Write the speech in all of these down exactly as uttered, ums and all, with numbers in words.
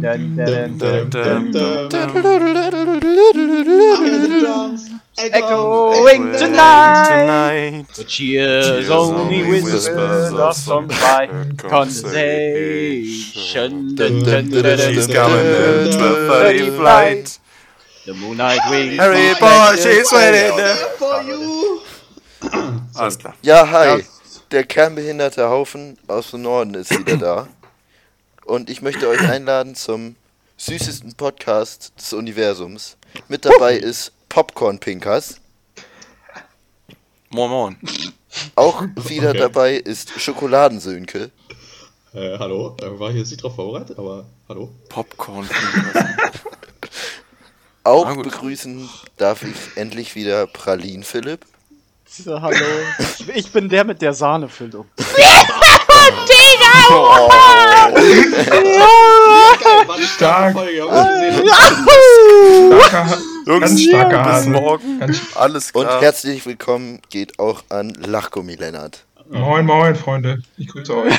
dun, dun, dun, dun, dun. Echoing tonight, but cheers only whispers of some quiet conversation. Dun, dun, dun, dun, She's dun, coming dun, in dun, twelve thirty dun, flight. The moonlight wings. Harry reflect Potter, the she's waiting there. For you. Alles klar. Ja, hi. Der kernbehinderte Haufen aus dem Norden ist wieder da. Und ich möchte euch einladen zum süßesten Podcast des Universums. Mit dabei ist Popcorn Pinkers. Moin Moin. Auch wieder Okay. dabei ist Schokoladensönke. Äh, hallo, äh, war ich jetzt nicht drauf vorbereitet, aber hallo. Popcorn. Auch Ah, gut. begrüßen darf ich endlich wieder Pralin Philipp. So, hallo. Ich bin der mit der Sahnefüllung. Oh. Geil, war eine starke Stark. Folge, haben wir gesehen. Starker, Ha- Jungs, ganz starker bis Hase. morgen. Ganz, Alles Und klar. herzlich willkommen geht auch an Lachgummi Lennart. moin, moin, Freunde. Ich grüße euch.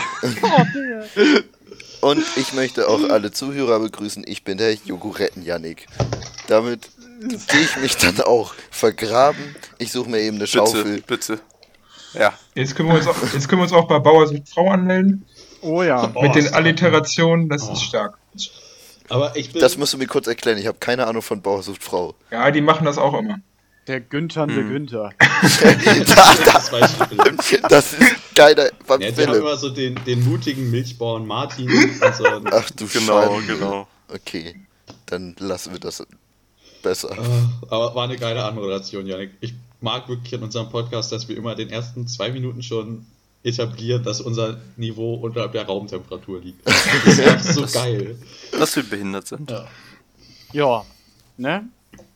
Und ich möchte auch alle Zuhörer begrüßen. Ich bin der Joguretten-Jannik. Damit gehe ich mich dann auch vergraben. Ich suche mir eben eine Schaufel. Bitte, bitte. Ja. Jetzt können wir uns auch, jetzt können wir uns auch bei Bauer sucht Frau anmelden. Oh ja. Oh, Mit den stark. Alliterationen, das Oh. ist stark. Aber ich bin. Das musst du mir kurz erklären. Ich habe keine Ahnung von Bauer sucht Frau. Ja, die machen das auch immer. Der Günthernde Hm. Günther. das weiß ich nicht. Das ist geiler von Ja, die haben Philipp. immer so den, den mutigen Milchbauern Martin und so. Ach du Genau, Scheiße. genau. Okay, dann lassen wir das besser. Ah, aber war eine geile Anmoderation, Janik. Ich mag wirklich in unserem Podcast, dass wir immer den ersten zwei Minuten schon etablieren, dass unser Niveau unterhalb der Raumtemperatur liegt. Das ist einfach so Das- geil. Dass wir behindert sind. Ja. Ja. Ne?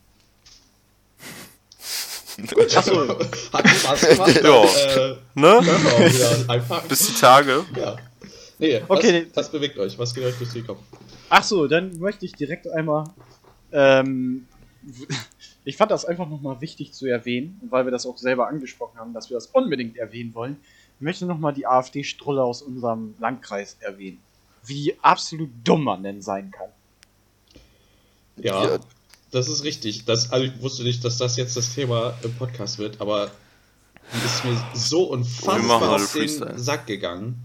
Achso. Hat Spaß gemacht. Ja. Äh, Ne? können wir auch wieder einpacken. Bis die Tage. Ja. Nee, Okay. was, was bewegt euch? Was geht euch durch den Kopf? Ach so, dann möchte ich direkt einmal. Ähm, ich fand das einfach nochmal wichtig zu erwähnen, weil wir das auch selber angesprochen haben, dass wir das unbedingt erwähnen wollen. Ich möchte nochmal die AfD-Strulle aus unserem Landkreis erwähnen. Wie absolut dumm man denn sein kann. Ja, Ja. das ist richtig. Das, also ich wusste nicht, dass das jetzt das Thema im Podcast wird, aber die ist mir so Wir machen unfassbar alle auf den Freestyle. Sack gegangen.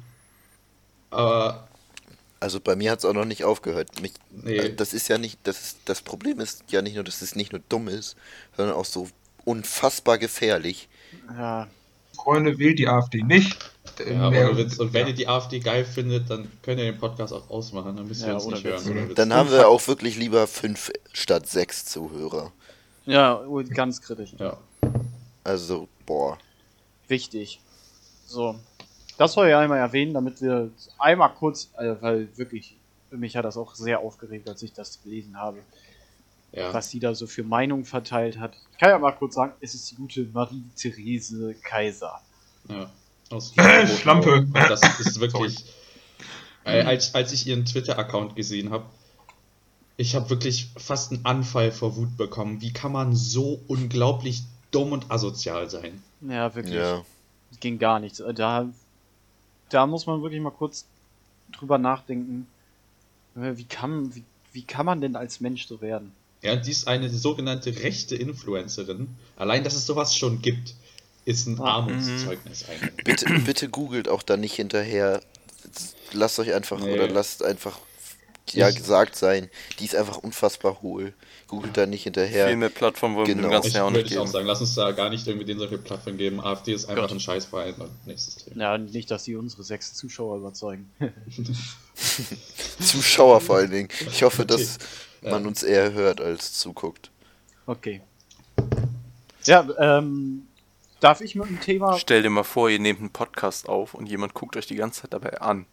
Aber Also bei mir hat es auch noch nicht aufgehört. Mich, Nee. äh, das ist ja nicht, das ist, das Problem ist ja nicht nur, dass es nicht nur dumm ist, sondern auch so unfassbar gefährlich. Ja, Freunde, wählt die AfD nicht. Äh, ja, mehr- ohne Witz. Und wenn ja. ihr die AfD geil findet, dann könnt ihr den Podcast auch ausmachen, dann müsst ihr Ja, uns ohne nicht Witz. hören. Ohne Witz. Dann haben wir auch wirklich lieber fünf statt sechs Zuhörer. ja, ganz kritisch. Ja. Also, boah. Wichtig. So. Das soll ich einmal erwähnen, damit wir einmal kurz, äh, weil wirklich, mich hat das auch sehr aufgeregt, als ich das gelesen habe, Ja. was sie da so für Meinungen verteilt hat. Ich kann ja mal kurz sagen, es ist die gute Marie-Therese Kaiser. Ja. Aus Äh, Schlampe. Und das ist wirklich. äh, als, als ich ihren Twitter-Account gesehen habe, ich habe wirklich fast einen Anfall vor Wut bekommen. Wie kann man so unglaublich dumm und asozial sein? Ja, wirklich. Ja. Ging gar nichts. Äh, Da, da muss man wirklich mal kurz drüber nachdenken. Äh, Wie kann, wie, wie kann man denn als Mensch so werden? Ja, und die ist eine sogenannte rechte Influencerin. Allein, dass es sowas schon gibt, ist ein Ah. Armutszeugnis eigentlich. Bitte, bitte googelt auch da nicht hinterher. Lasst euch einfach, Nee. oder lasst einfach, ja, Ich- gesagt sein. Die ist einfach unfassbar hohl. Googelt da nicht hinterher. Viel mehr Plattform wollen wir Genau. dem ganzen Ich Jahr auch würde nicht ich auch geben. sagen, lass uns da gar nicht irgendwie den solche Plattform geben. AfD ist einfach Gott. ein Scheißverein und nächstes Thema. Ja, nicht, dass die unsere sechs Zuschauer überzeugen. Zuschauer vor allen Dingen. Ich hoffe, dass Ja. man uns eher hört als zuguckt. Okay. Ja, ähm, darf ich mit dem Thema... Stell dir mal vor, ihr nehmt einen Podcast auf und jemand guckt euch die ganze Zeit dabei an.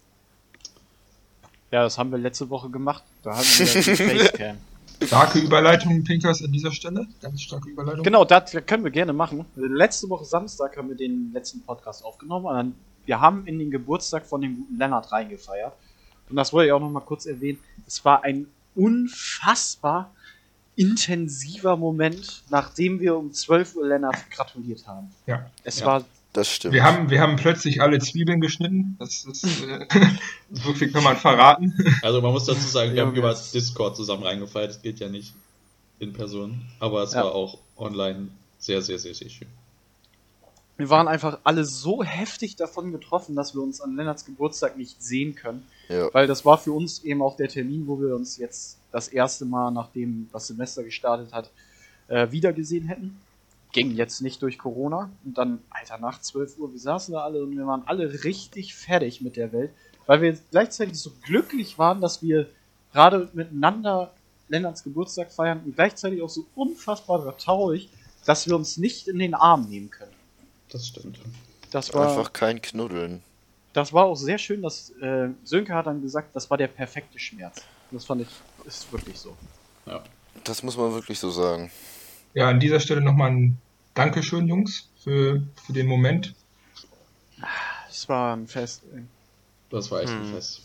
Ja, das haben wir letzte Woche gemacht. Da haben wir die Facecam. Starke Überleitung, Pinkers, an dieser Stelle. Ganz starke Überleitung. Genau, das können wir gerne machen. Letzte Woche Samstag haben wir den letzten Podcast aufgenommen. Und dann, wir haben in den Geburtstag von dem guten Lennart reingefeiert. Und das wollte ich auch noch mal kurz erwähnen. Es war ein unfassbar intensiver Moment, nachdem wir um zwölf Uhr Lennart gratuliert haben. Ja. Es Ja. war Das stimmt. Wir haben, wir haben plötzlich alle Zwiebeln geschnitten. Das ist, äh, so viel kann man verraten. Also man muss dazu sagen, wir haben über Junges. Discord zusammen reingefeiert, das geht ja nicht in Person. Aber es Ja. war auch online sehr, sehr, sehr, sehr schön. Wir waren einfach alle so heftig davon getroffen, dass wir uns an Lennarts Geburtstag nicht sehen können. Ja. Weil das war für uns eben auch der Termin, wo wir uns jetzt das erste Mal, nachdem das Semester gestartet hat, äh, wiedergesehen hätten. Ging jetzt nicht durch Corona. Und dann, Alter, nach zwölf Uhr, wir saßen da alle und wir waren alle richtig fertig mit der Welt. Weil wir gleichzeitig so glücklich waren, dass wir gerade miteinander Lennarts Geburtstag feiern und gleichzeitig auch so unfassbar traurig, dass wir uns nicht in den Arm nehmen können. Das stimmt. Das war, Einfach kein Knuddeln. das war auch sehr schön, dass äh, Sönke hat dann gesagt, das war der perfekte Schmerz. Das fand ich, ist wirklich so. Ja. Das muss man wirklich so sagen. Ja, an dieser Stelle nochmal ein Dankeschön, Jungs, für, für den Moment. Das war ein Fest. Ey. Das war echt Hm. ein Fest.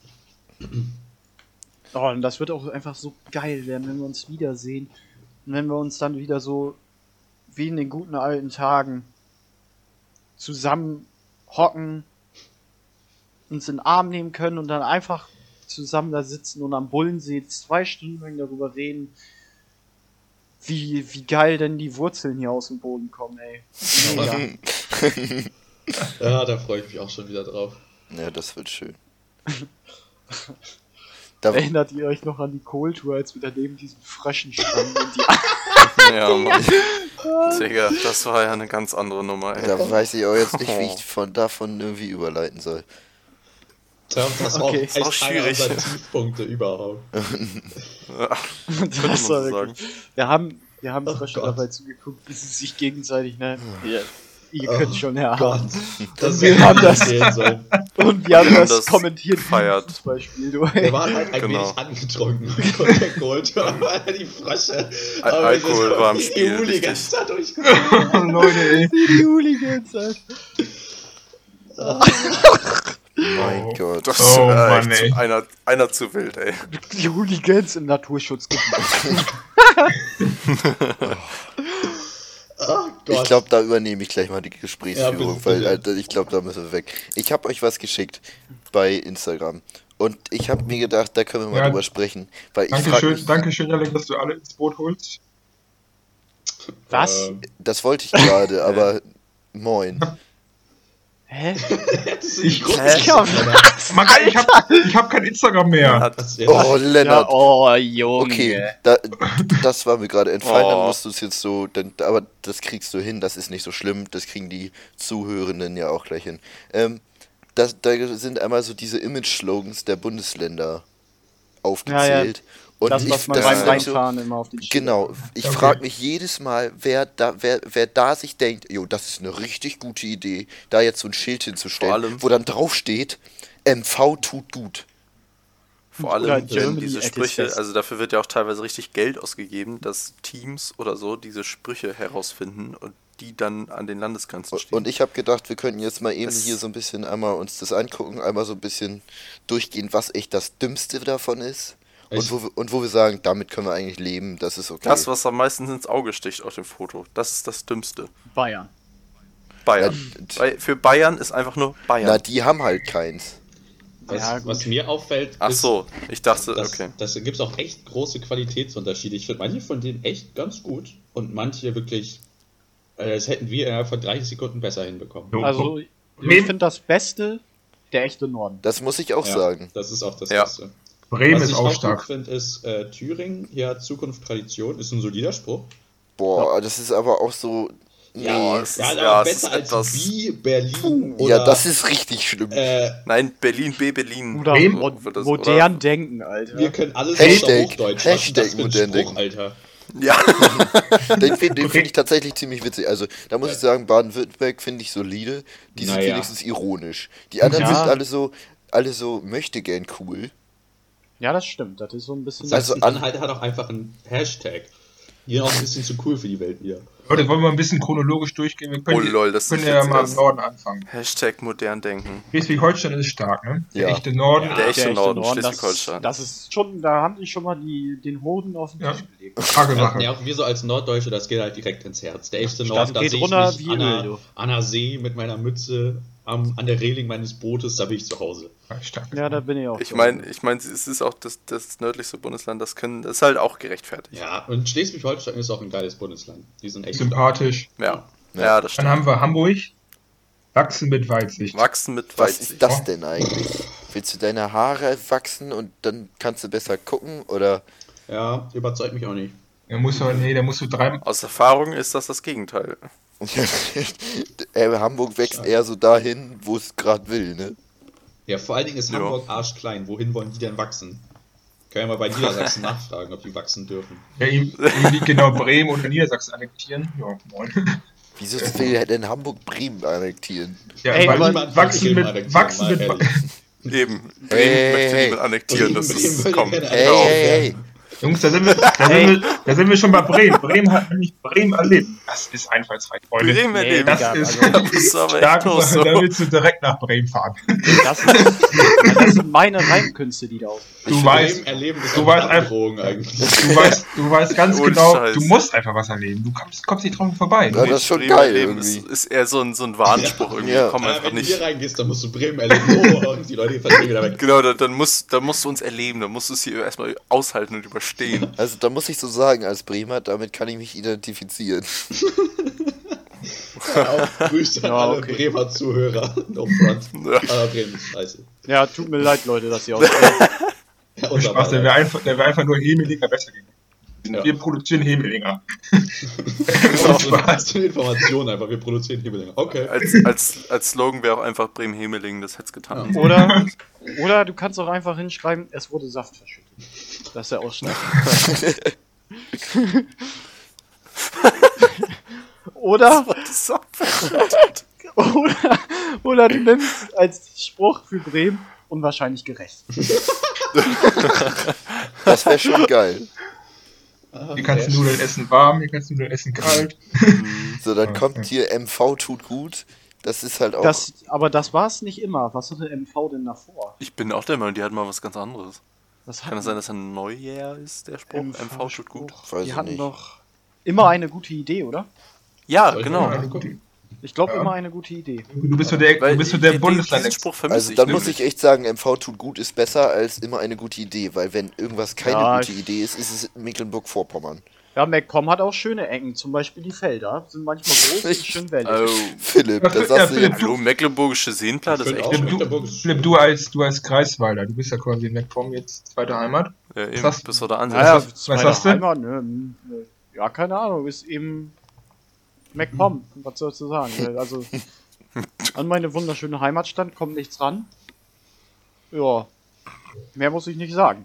Oh, und das wird auch einfach so geil werden, wenn wir uns wiedersehen. Und wenn wir uns dann wieder so wie in den guten alten Tagen zusammen hocken, uns in den Arm nehmen können und dann einfach zusammen da sitzen und am Bullensee zwei Stunden lang darüber reden, wie, wie geil denn die Wurzeln hier aus dem Boden kommen, ey. Mega. Ja, da freue ich mich auch schon wieder drauf. Ja, das wird schön. Da, Erinnert ihr euch noch an die Kohltour, als wir da neben diesen Fröschen standen und die Ja, Mann. Digga, das war ja eine ganz andere Nummer, ey. da weiß ich auch jetzt nicht, wie ich von davon irgendwie überleiten soll. Ja, das war Okay. auch Ist auch echt einer schwierig. unserer Tiefpunkte überhaupt. Ja, Das könnte man so war sagen. wirklich, wir haben, wir haben Oh Frösche Gott. dabei zugeguckt, wie sie sich gegenseitig, ne? Ihr, ihr Oh könnt schon Gott. erahnen. Das Wir hätte haben ich das- nicht sehen sollen. Und wir haben Wir haben das, das kommentiert wie ein gefeiert. Fußballspiel, du. Wir ey. waren halt ein Genau. wenig angetrunken von der Goldtour, weil die Frösche. Al- aber Alkohol das war im die Spiel, Hooligans richtig. da durchgezogen. Leute, ey. Die Hooligans, Alter. Mein Oh. Gott. Das Oh, war Mann, echt ey. zu, einer, einer zu wild, ey. Die Hooligans im Naturschutzgebiet. Oh Gott. Ich glaube, da übernehme ich gleich mal die Ja, Gesprächsführung, bitte, weil bitte. Alter, ich glaube, da müssen wir weg. Ich habe euch was geschickt bei Instagram und ich habe mir gedacht, da können wir mal Ja. drüber sprechen, weil ich frage Dankeschön, mich, Dankeschön, Jalek, dass du alle ins Boot holst. Was? Ähm, das wollte ich gerade, aber moin. Hä? hättest du die Ich- Gruppe Hä? geschickt, oder? Man, ich habe ich hab kein Instagram mehr. Hat, Das wär- Oh, Ja, Lennart. oh, Junge. Okay, da, das war mir gerade entfallen, dann Oh. musst du es jetzt so, dann, aber das kriegst du hin, das ist nicht so schlimm, das kriegen die Zuhörenden ja auch gleich hin. Ähm, das, da sind einmal so diese Image-Slogans der Bundesländer aufgezählt. Und Das, ich, was man das beim ist nämlich so, Reinfahren immer auf den Schild- genau, ich Okay. frage mich jedes Mal, wer da, wer, wer da sich denkt, jo, das ist eine richtig gute Idee, da jetzt so ein Schild hinzustellen, Vor allem- wo dann drauf steht, M V tut gut. vor Oder allem, wenn Germany diese at its Sprüche, best. also dafür wird ja auch teilweise richtig Geld ausgegeben, dass Teams oder so diese Sprüche herausfinden und die dann an den Landesgrenzen stehen. Und ich habe gedacht, wir könnten jetzt mal eben Das- hier so ein bisschen einmal uns das angucken, einmal so ein bisschen durchgehen, was echt das Dümmste davon ist. Und Ich- wo, wir, und wo wir sagen, damit können wir eigentlich leben, das ist okay. Das, was am meisten ins Auge sticht auf dem Foto, das ist das Dümmste. Bayern. Bayern. Ja, Weil für Bayern ist einfach nur Bayern. Na, die haben halt keins. Was, Ja, gut. was mir auffällt, Ach ist, so, ich dachte, dass, okay. dass gibt es auch echt große Qualitätsunterschiede. Ich finde manche von denen echt ganz gut und manche wirklich, äh, das hätten wir innerhalb von dreißig Sekunden besser hinbekommen. Jo. Also, ich Bremen- finde das Beste der echte Norden. Das muss ich auch Ja, sagen. Das ist auch das Ja. Beste. Bremen Was ist ich auch auch stark. gut finde, ist äh, Thüringen, ja, Zukunft, Tradition, ist ein solider Spruch. Boah, das ist aber auch so. Nee. Ja, es Ja, ist- aber ja, es besser ist als etwas- wie Berlin oder ja, das ist richtig schlimm. äh, Nein, Berlin, B Berlin. Oder Bremen? mo Wird das- modern denken, Alter. wir können alles Hashtag- außer Hochdeutsch. Was ist Hashtag das für ein modern Spruch, denken. Alter? Ja, Den, find- den Okay. finde ich tatsächlich ziemlich witzig. Also, da muss ich sagen, Baden-Württemberg finde ich solide. Die sind Naja. wenigstens ironisch. Die anderen Ja. sind alle so, alle so möchte gern cool. Ja, das stimmt. Das ist so ein bisschen. Also Also Anhalt hat auch einfach einen Hashtag. Die sind auch ein bisschen zu cool für die Welt wieder. Leute, wollen wir mal ein bisschen chronologisch durchgehen? Wir können, Oh lol, das können ist ja jetzt mal im erst- Norden anfangen. Hashtag modern denken. Schleswig-Holstein ist stark, ne? Der Ja. echte Norden. Ja. Der echte Der Norden, das, Schleswig-Holstein. das ist schon, da haben die schon mal die, den Hoden auf den Ja. Tisch gelegt. Starke Ja, Sache. auch wir so als Norddeutsche, das geht halt direkt ins Herz. Der echte Das Norden, da geht sehe ich runter mich wie an Öl, einer, du. an einer See mit meiner Mütze am, an der Reling meines Bootes, da bin ich zu Hause. Starke Ja, da Sache. bin ich auch. Ich so. meine, ich mein, es ist auch das, das nördlichste Bundesland, das können, das ist halt auch gerechtfertigt. Ja, und Schleswig-Holstein ist auch ein geiles Bundesland. Die sind echt Sympathisch. Ja, ja, Ja. das Dann stimmt. haben wir Hamburg. Wachsen mit Weitsicht. Wachsen mit Was Weitsicht. ist das denn eigentlich? Willst du deine Haare wachsen und dann kannst du besser gucken? Oder Ja, überzeugt mich auch nicht. Oh. Da musst du, nee, da musst du drei. Aus Erfahrung ist das das Gegenteil. äh, Hamburg wächst eher so dahin, wo es gerade will, ne? Ja, vor allen Dingen ist Ja. Hamburg arschklein. Wohin wollen die denn wachsen? Können wir mal bei Niedersachsen nachfragen, ob die wachsen dürfen. Ja, irgendwie genau Bremen oder Niedersachsen annektieren. Ja, moin. Wieso will denn Hamburg Bremen annektieren? Ja, Ey, weil aber niemand wachsen will mit, annektieren, wachsen mal mit, ehrlich. Eben. Bremen Hey, möchte hey. niemand annektieren, das Bremen ist will komm. keine Hey, hör auf. hey, hey. Jungs, da sind, wir, da, Hey. sind wir, da sind wir schon bei Bremen. Bremen hat nämlich Bremen erlebt. Das ist einfallsreich, Freunde. Bremen Nee, erleben. Das Digga, ist also, Das ist aber echt stark, los, so. da willst du direkt nach Bremen fahren. das, ist, das sind meine Reimkünste, die da aus. Du Bremen weißt, erleben ist du auch weißt eine einfach- Drohung eigentlich. du weißt, du weißt ganz Ohne genau, Scheiß. du musst einfach was erleben. Du kommst, kommst nicht dran vorbei. Ja, das ist schon Bremen geil erleben ist, irgendwie. ist eher so ein, so ein Warnspruch irgendwie. Ja. Komm Aber einfach wenn du nicht. hier reingehst, dann musst du Bremen erleben. Oh, die Leute verstehen wieder weg. Genau, dann, dann, musst, dann musst du uns erleben, dann musst du es hier erstmal aushalten und überstehen. Also da muss ich so sagen, als Bremer, damit kann ich mich identifizieren. Auch Grüße an Ja, alle okay. Bremer Zuhörer. No front. Ja. Aber Bremen ist scheiße. Ja, tut mir leid, Leute, dass ihr ausfällt. Ja, unser Spaß, der wäre einfach, der wär einfach nur Hemelinger besser gewesen. Ja. Wir produzieren Hemelinger. Genau, Spaß. Zur Information einfach, wir produzieren Hebelinger. Okay. Als, als, als Slogan wäre auch einfach Bremen-Hemeling, das hätte es getan. Oder, oder du kannst auch einfach hinschreiben, es wurde Saft verschüttet. Das ist der Ausschlag. Oder, Das ist so- oder, oder du nimmst als Spruch für Bremen unwahrscheinlich gerecht. Das wäre schon geil. Ah, Hier kannst du sehr Nudeln essen warm, hier kannst du Nudeln essen kalt. So, dann Ja, kommt okay. hier M V tut gut. Das ist halt auch. Das, aber das war es nicht immer. Was hatte M V denn davor? Ich bin auch der Meinung, die hatten mal was ganz anderes. Was Kann es sein, dass ein Neujahr ist, der Spruch? M V tut gut. Weiß Die ich hatten nicht. doch immer eine gute Idee, oder? Ja, Soll ich genau. mal Eine gucken? gute- Ich glaube Ja. immer eine gute Idee. Du bist so der, Weil du bist so der den- Bundesland. diesen Spruch vermisse Also ich dann muss nämlich. ich echt sagen, M V tut gut ist besser als immer eine gute Idee, weil wenn irgendwas keine Ja, gute ich- Idee ist, ist es Mecklenburg-Vorpommern. Ja, MacPom hat auch schöne Ecken, zum Beispiel die Felder. Sind manchmal groß und schön wellig. Oh. Philipp, Ja, da ja, sagst du Philipp, jetzt. Hallo, mecklenburgische Seenplatte, das ist Ich echt find auch- schön. Philipp, du, Mecklenburg ist Philipp, du als, du als Kreisweiler, du bist ja quasi in MacPom jetzt zweite Heimat. Ja, eben, Was- bis wir da ansetzen. Naja, was zweite sagst du? Heimat, ne, hm, ne, ja, keine Ahnung, ist eben MacPom, was sollst du sagen? ne, Also, an meine wunderschöne Heimatstadt kommt nichts ran. Ja, mehr muss ich nicht sagen.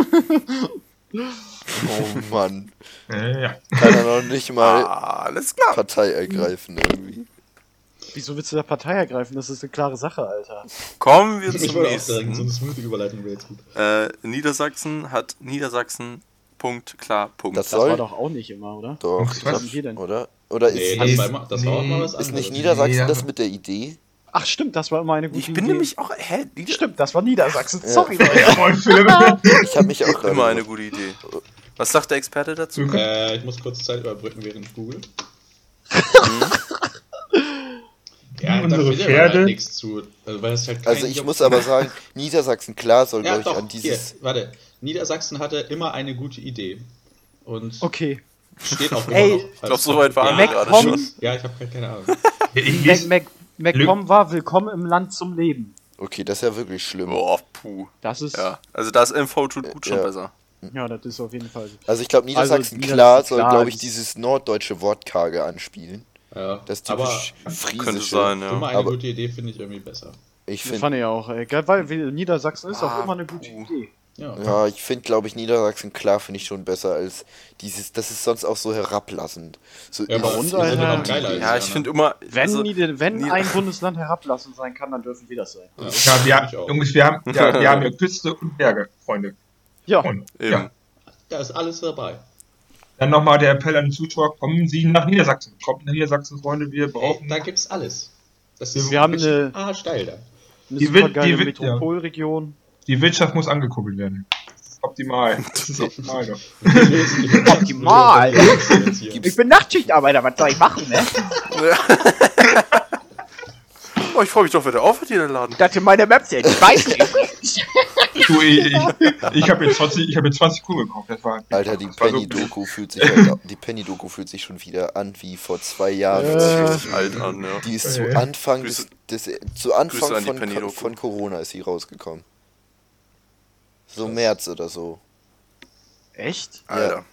Oh Mann. Äh, ja. Kann er noch nicht mal Ah, alles klar. Partei ergreifen irgendwie. Wieso willst du da Partei ergreifen? Das ist eine klare Sache, Alter. Kommen wir Ich zum wollte auch sagen, so eine nächsten. smoothie Überleitung wäre jetzt gut. Äh, Niedersachsen hat Niedersachsen, Punkt, klar, Punkt. Das Das soll- war doch auch nicht immer, oder? Doch, Was? ich Was glaub, sind wir denn? oder? Oder ist, Nee, das ist, war, immer, das war auch mal was ist anderes. nicht Niedersachsen Ja. das mit der Idee? Ach stimmt, das war immer eine gute Ich bin Idee. nämlich auch. Hä? Nieder Stimmt, das war Niedersachsen. Ja. Sorry, Leute. Jawohl, Philipp. Ich habe mich auch gerade immer eine gute Idee. Was sagt der Experte dazu? Äh, ich muss kurz Zeit überbrücken, während ich google. Ja, da Unsere findet man Pferde. halt nichts zu. Also, weil es halt kein Also ich muss aber sagen, Niedersachsen, klar, soll Ja, glaube ich doch, an dieses... hier, warte. Niedersachsen hatte immer eine gute Idee. Und Okay. steht auch immer Ey, noch. ich als- glaub, so weit waren ja, wir gerade schon. schon. Ja, ich habe keine Ahnung. Ich Mac, lese, Mac, MacPom war willkommen im Land zum Leben. Okay, das ist ja wirklich schlimm. Boah, puh. Das ist, Ja, also da ist M V tut gut schon Ja. besser. ja, das ist auf jeden Fall so. Also ich glaube, Niedersachsen, Also, klar, Niedersachsen, soll klar, glaube ich das- dieses norddeutsche Wortkarge anspielen. Ja, Das aber typisch Könnte friesische. sein, immer ja. eine Aber- gute Idee finde ich irgendwie besser. Ich Das finde, fand ich auch, ey. Gell, weil weil Niedersachsen ist auch Ah, immer eine gute puh. Idee. Ja. ja, ich finde, glaube ich, Niedersachsen, klar, finde ich schon besser als dieses, das ist sonst auch so herablassend. So Ja, aber ist- und, uns sind ja Alter? noch geiler als Ja, die ich anderen. finde immer. Wenn, also, Nieder wenn Nieder- ein Bundesland herablassen sein kann, dann dürfen wir das sein. Ja, ja, find wir, ich auch. Jungs, wir haben, ja, wir haben ja Küste und Berge, Freunde. Ja, Und, Eben. ja. Da ist alles dabei. Dann nochmal der Appell an die Zuschauer, kommen Sie nach Niedersachsen. Kommt nach Niedersachsen, Freunde, wir brauchen... Da gibt's alles. Das ist Wir haben wirklich eine- ah, steil da. Eine Die super wird- geile die wird- ja. Metropolregion. Die Wirtschaft muss angekurbelt werden. Optimal. Das ist optimal doch. Optimal. Ich Ich bin Nachtschichtarbeiter, was soll ich machen, ne? Oh, ich freue mich doch, wenn der aufhört, hier der Laden. Das ist meine Website, ich weiß nicht. Du, ich ich, ich habe jetzt zwanzig, ich hab jetzt zwanzig Kuh gekauft. Das war, Alter, die das war so- Penny-Doku fühlt sich halt, die Penny-Doku fühlt sich schon wieder an wie vor zwei Jahren. Ja. Sich alt an, ja. Die ist zu Okay. Anfang des, des zu Anfang Grüße an die von, Penny-Doku. von Corona ist sie rausgekommen. So März oder so. Echt? Alter.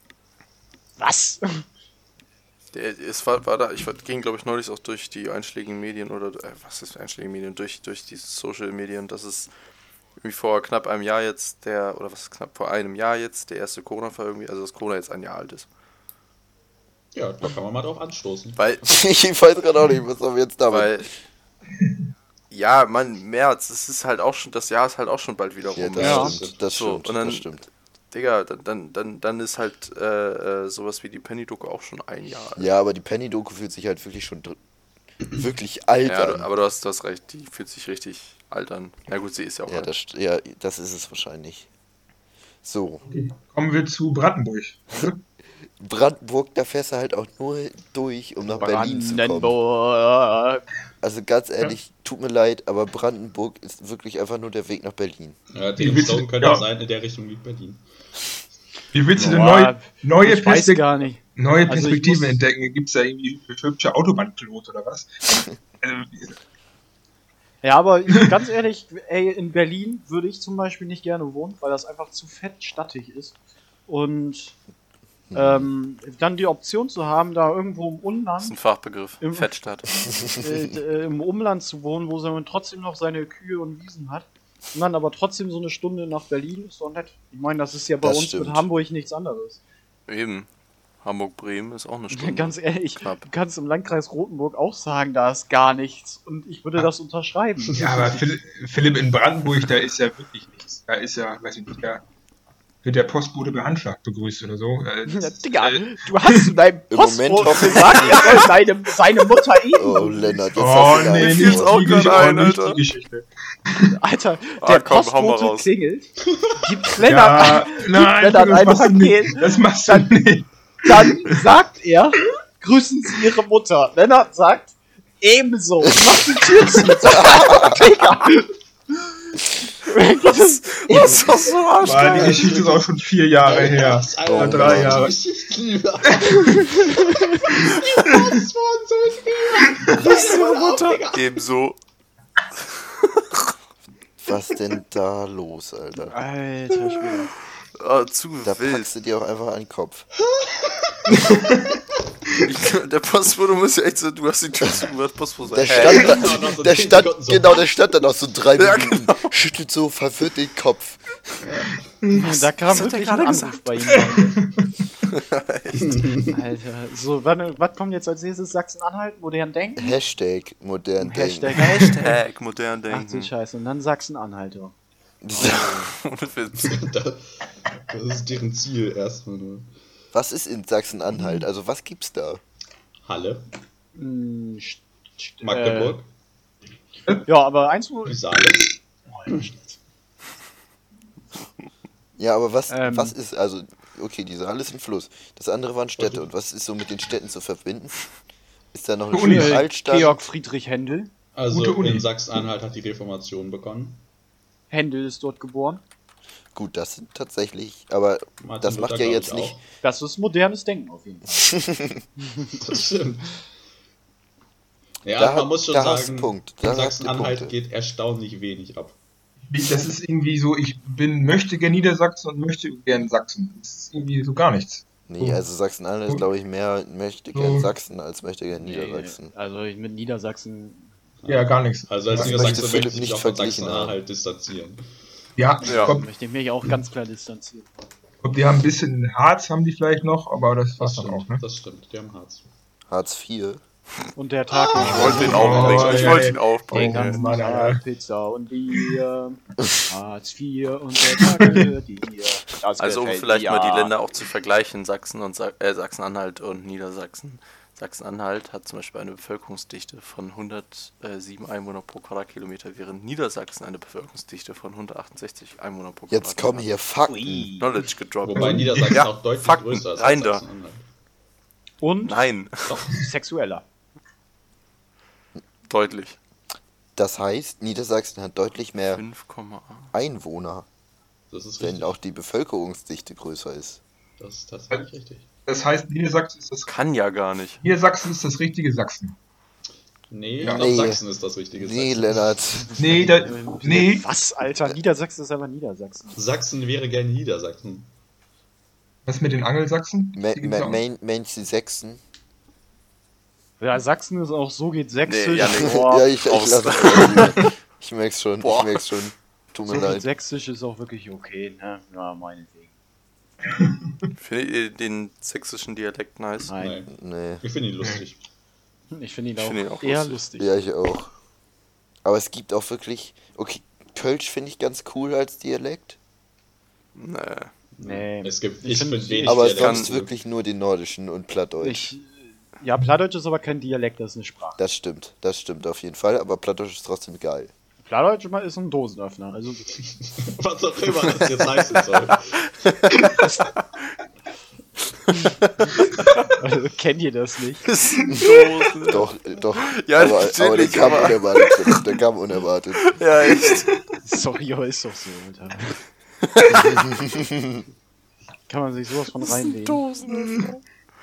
Was? Der, es war, war da, ich war- ging glaube ich neulich auch durch die einschlägigen Medien oder, äh, was ist einschlägige Medien, durch, durch die Social Medien, dass es irgendwie vor knapp einem Jahr jetzt der, oder was ist knapp vor einem Jahr jetzt, der erste Corona-Fall irgendwie, also dass Corona jetzt ein Jahr alt ist. Ja, da kann man mal drauf anstoßen. Weil, Ich weiß gerade auch nicht, was haben wir jetzt damit. weil, ja, man, März, es ist halt auch schon, das Jahr ist halt auch schon bald wieder rum. ja, das Ja. stimmt, das So, stimmt, und dann- das stimmt. Digga, dann, dann, dann, dann ist halt äh, äh, sowas wie die Penny-Doku auch schon ein Jahr alt. Ja, aber die Penny-Doku fühlt sich halt wirklich schon dr- wirklich alt Ja, an. aber du hast, du hast recht, die fühlt sich richtig alt an. Na gut, sie ist ja auch Ja, alt. das, st- ja, das ist es wahrscheinlich. So, Kommen wir zu Brandenburg. Brandenburg, da fährst du halt auch nur durch, um nach Berlin zu kommen. Brandenburg. Also ganz ehrlich, tut mir leid, aber Brandenburg ist wirklich einfach nur der Weg nach Berlin. Ja, Wie den willst du- Stone könnte ja. auch sein, in der Richtung wie Berlin. Wie willst du denn Boah, neu, neue, Ich weiß Perspekt gar nicht. neue Also ich Perspektiven muss- entdecken? Gibt es da irgendwie hübsche Autobahnklos oder was? Also, Ja, aber ganz ehrlich, ey, in Berlin würde ich zum Beispiel nicht gerne wohnen, weil das einfach zu fett stattig ist. Und ähm, dann die Option zu haben, da irgendwo im Das ist Umland, ein Fachbegriff. Im- Fettstadt. äh, äh, im Umland zu wohnen, wo man trotzdem noch seine Kühe und Wiesen hat, und dann aber trotzdem so eine Stunde nach Berlin, ist doch nett. Ich meine, das ist ja bei Das uns stimmt. mit Hamburg nichts anderes. Eben. Hamburg-Bremen ist auch eine Stunde. Ganz ehrlich, Knapp. du kannst im Landkreis Rothenburg auch sagen, da ist gar nichts. Und ich würde das unterschreiben. ja, aber Philipp, Philipp, in Brandenburg, da ist ja wirklich nichts. Da ist ja, weiß ich nicht, da wird der Postbote per Handschlag begrüßt oder so. Äh, Ja, Digga, du hast zu deinem Im Moment Postboten hoffe ich gesagt, er soll seine, seine Mutter eben. Oh, Lennart, jetzt oh, hast du nee, da- nicht, fiel's auch die, grad Geschichte, ein, oh, nicht Alter. die Geschichte. Alter, Ah, der komm, hau mal Postbote raus. klingelt, gibt Lennart, Ja, nein, Lennart das ein machst du Paket. nicht. Das machst du Dann- nicht. dann sagt er, grüßen Sie Ihre Mutter. Lennart sagt, ebenso. Und macht die Tür zu. Digga. Das ist, Das ist doch so War, die arschgeil. Geschichte ist auch schon vier Jahre her. Das ist Oh, eine drei Jahre. Geschichten. Das waren so Das ist ihre Mutter. Ebenso. Was denn da los, Alter? Alter Schwede. Ah, zu Da wild. packst du dir auch einfach an den Kopf. Ich, der Postbote muss ja echt so, du hast die Tür zugemacht, Postbote. Der Hä? stand, da, Noch so der zehn stand, Sekunden so. genau, der stand dann auch so drei Ja, Minuten, schüttelt so verwirrt den Kopf. Da kam was hat wirklich der ein gerade Anruf bei ihm. Alter. So, wann- was kommt jetzt als nächstes? Sachsen-Anhalt? Modern denken? Hashtag modern Hashtag. denken. Hashtag modern Ach du denken. Scheiße. Und dann Sachsen-Anhalter. Ohne Witz. Das das ist deren Ziel erstmal nur. Was ist in Sachsen-Anhalt? Also was gibt's da? Halle, Hm, st- st- Magdeburg, Äh, ja, aber eins, wo. die Saale. Ja, aber was, Ähm. was ist, also, okay, die Saale ist ein Fluss. Das andere waren Städte. Und was ist so mit den Städten zu verbinden? Ist da noch eine Uni. schöne Äh, Altstadt? Georg Friedrich Händel. Also Gute Uni. in Sachsen-Anhalt hat die Reformation begonnen. Händel ist dort geboren. Gut, das sind tatsächlich, aber Martin das macht Luther, ja glaub jetzt ich, nicht. auch. Das ist modernes Denken auf jeden Fall. Das stimmt. Ja, Da man hat- muss schon da hast du sagen, einen Punkt. Da in hast du Sachsen-Anhalt Punkte. geht erstaunlich wenig ab. Wie- Das ist irgendwie so, ich bin, möchte gern Niedersachsen und möchte gern Sachsen. Das ist irgendwie so gar nichts. Nee, also Sachsen-Anhalt ist, glaube ich, mehr möchte gern So. Sachsen als möchte gern Niedersachsen. Also mit Niedersachsen. Ja, gar nichts. Also als Das Niedersachsen möchte Philipp möchte ich mich nicht auch von verglichen Sachsen-Anhalt distanzieren. Ja, Ja. ich glaube, Möchte ich mich auch ganz klar distanzieren. die haben ein bisschen Harz, haben die vielleicht noch, aber das war's Das dann auch, stimmt, ne? das stimmt, die haben Harz. Hartz vier. Und der Tag Ich wollte ihn Oh, aufbringen. Ich ja, wollte ja. ihn aufbringen. den ganzen Mann, Tag Alter. Pizza und Bier. Hartz vier und der Tag gehört dir. Das Also um gefällt vielleicht mir. mal die Länder auch zu vergleichen, Sachsen und Sa äh, Sachsen-Anhalt und Niedersachsen. Sachsen-Anhalt hat zum Beispiel eine Bevölkerungsdichte von hundertsieben Einwohner pro Quadratkilometer, während Niedersachsen eine Bevölkerungsdichte von hundertachtundsechzig Einwohner pro Quadratkilometer Jetzt kommen hier Fakten. Ui. Knowledge gedroppt. Wobei Niedersachsen Ja, auch deutlich Fakten, größer ist rein als da. Sachsen-Anhalt. Und Nein, sexueller. deutlich. Das heißt, Niedersachsen hat deutlich mehr fünf Komma acht. Einwohner, Das ist wenn richtig. auch die Bevölkerungsdichte größer ist. Das ist tatsächlich richtig. Das heißt, Niedersachsen ist das, Kann ja gar nicht. Niedersachsen ist das richtige Sachsen. Nee, ich Ja. glaube, Nee. Sachsen ist das richtige. Nee, Sachsen. Lennart. Nee, da, nee. Was, Alter? Niedersachsen ist aber Niedersachsen. Sachsen wäre gern Niedersachsen. Was mit den Angelsachsen? Ma Die gibt's Ma auch. Main Manche Sachsen. Ja, Sachsen ist auch so geht sächsisch. Nee, ja, nee. Boah, Ja, ich, ich raus. lasse es. Ich merk's schon, Boah. ich merk's schon. Tut mir so geht leid. sächsisch ist auch wirklich okay, ne? Ja, meinetwegen. Findet ihr den sächsischen Dialekt nice? Nein. Nee. Ich finde ihn lustig. Ich finde ihn Ich auch, find ihn auch eher lustig. lustig. Ja, ich auch. Aber es gibt auch wirklich. Okay, Kölsch finde ich ganz cool als Dialekt. Nee. Nee. Es gibt, Ich ich, find- finde wenig Aber Dialekte. sonst wirklich nur den nordischen und Plattdeutsch. Ich, ja, Plattdeutsch ist aber kein Dialekt, das ist eine Sprache. Das stimmt, das stimmt auf jeden Fall, aber Plattdeutsch ist trotzdem geil. Plattdeutsch ist ein Dosenöffner, also Was auch immer das jetzt heißen soll. also, kennt ihr das nicht? Doch, äh, doch. Ja, aber, aber der natürlich, kam aber- unerwartet. Philipp, Der kam unerwartet. Ja, echt. Sorry, aber ist doch so, Alter. Kann man sich sowas von reinlegen. Dosen.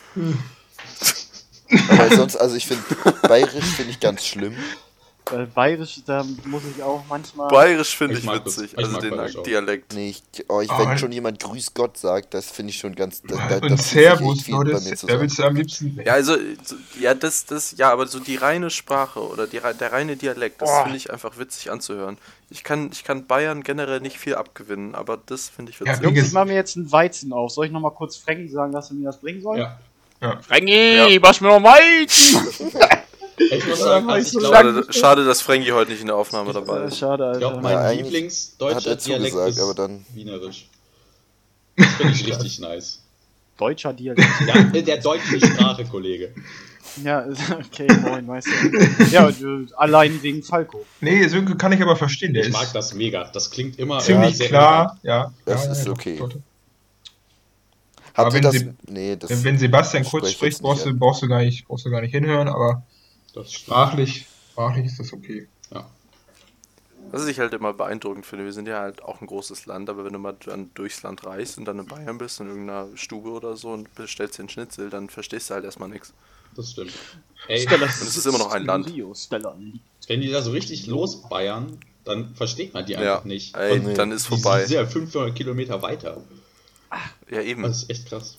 Aber sonst, also ich finde, Bayerisch finde ich ganz schlimm. Äh, Bayerisch, da muss ich auch manchmal. Bayerisch finde Ich ich, mag das. witzig, Ich also mag den Bayerisch auch. Dialekt. Nee, ich, oh, ich, Ah, wenn halt. schon jemand Grüß Gott sagt, das finde ich schon ganz. Da, da, da Und fühlt sich echt Servus, viel Leute, bei mir da zusammen. willst du am liebsten. Ja, also, so- ja, das, das, ja, aber so die reine Sprache oder die, rei- der reine Dialekt, das Boah. finde ich einfach witzig anzuhören. Ich kann, ich kann Bayern generell nicht viel abgewinnen, aber das finde ich Ja, witzig. Jungs, Ges- ich mache mir jetzt einen Weizen auf. Soll ich nochmal kurz Frankie sagen, dass er mir das bringen soll? Ja. Frankie, Ja. mach mir noch Weizen! Ich muss sagen, Ja, also ich so glaube, Schade, schade, dass Frankie heute nicht in der Aufnahme dabei Äh, ist. schade, ich Alter. glaub, mein Ja, eigentlich Lieblingsdeutscher hat er Dialekt zugesagt, ist aber dann- Wienerisch. Das finde ich richtig nice. Deutscher Dialekt. Ja, äh, der deutsche Sprache, Kollege. Ja, okay, moin, weißt du. Ja, äh, allein wegen Falco. Nee, Sönke kann ich aber verstehen. Der Ich ist mag das mega. Das klingt immer ziemlich sehr klar. Ja, Das ja, ist ja, doch, okay. doch, doch. Habt Aber ihr wenn das? sie- Nee, das. Wenn, wenn Sebastian kurz spreche spricht, jetzt brauchst nicht du, brauchst, du gar nicht, brauchst du gar nicht hinhören, aber Das stimmt. sprachlich, sprachlich ist das okay. Ja. Was ich halt immer beeindruckend finde, wir sind ja halt auch ein großes Land, aber wenn du mal dann durchs Land reist und dann in Bayern bist, in irgendeiner Stube oder so und bestellst den Schnitzel, dann verstehst du halt erstmal nichts. Das stimmt. Ey, Und es ist immer noch ein Land. wenn die da so richtig losbayern, dann versteht man die Ja, einfach nicht. ey, Und dann ist die vorbei. sind ja fünfhundert Kilometer weiter. Ja, eben. Das ist echt krass.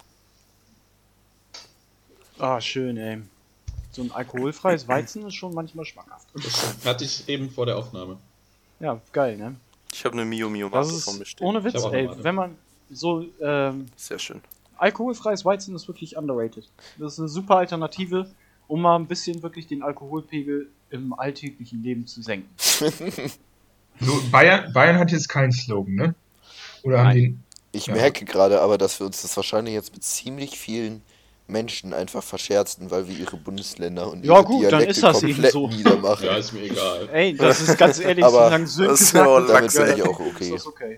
Ah, schön, ey. So ein alkoholfreies Weizen ist schon manchmal schmackhaft. Das hatte ich eben vor der Aufnahme. Ja, geil, ne? Ich habe eine Mio Mio Das Masse von mir ist stehen. ohne Witz, Ich hab auch ey. eine. Wenn man so, ähm, Sehr schön. alkoholfreies Weizen ist wirklich underrated. Das ist eine super Alternative, um mal ein bisschen wirklich den Alkoholpegel im alltäglichen Leben zu senken. So, Bayern, Bayern hat jetzt keinen Slogan, ne? Oder haben Nein. die. Ich Ja. merke gerade aber, dass wir uns das wahrscheinlich jetzt mit ziemlich vielen Menschen einfach verscherzen, weil wir ihre Bundesländer und Ja, ihre gut, dann Dialekte ist das eben komplett so. niedermachen. Ja, ist mir egal. Ey, das ist ganz ehrlich, Aber solange Sönke das ist sagt, ja auch das Damit ist bin geil, ich auch ist okay. das okay.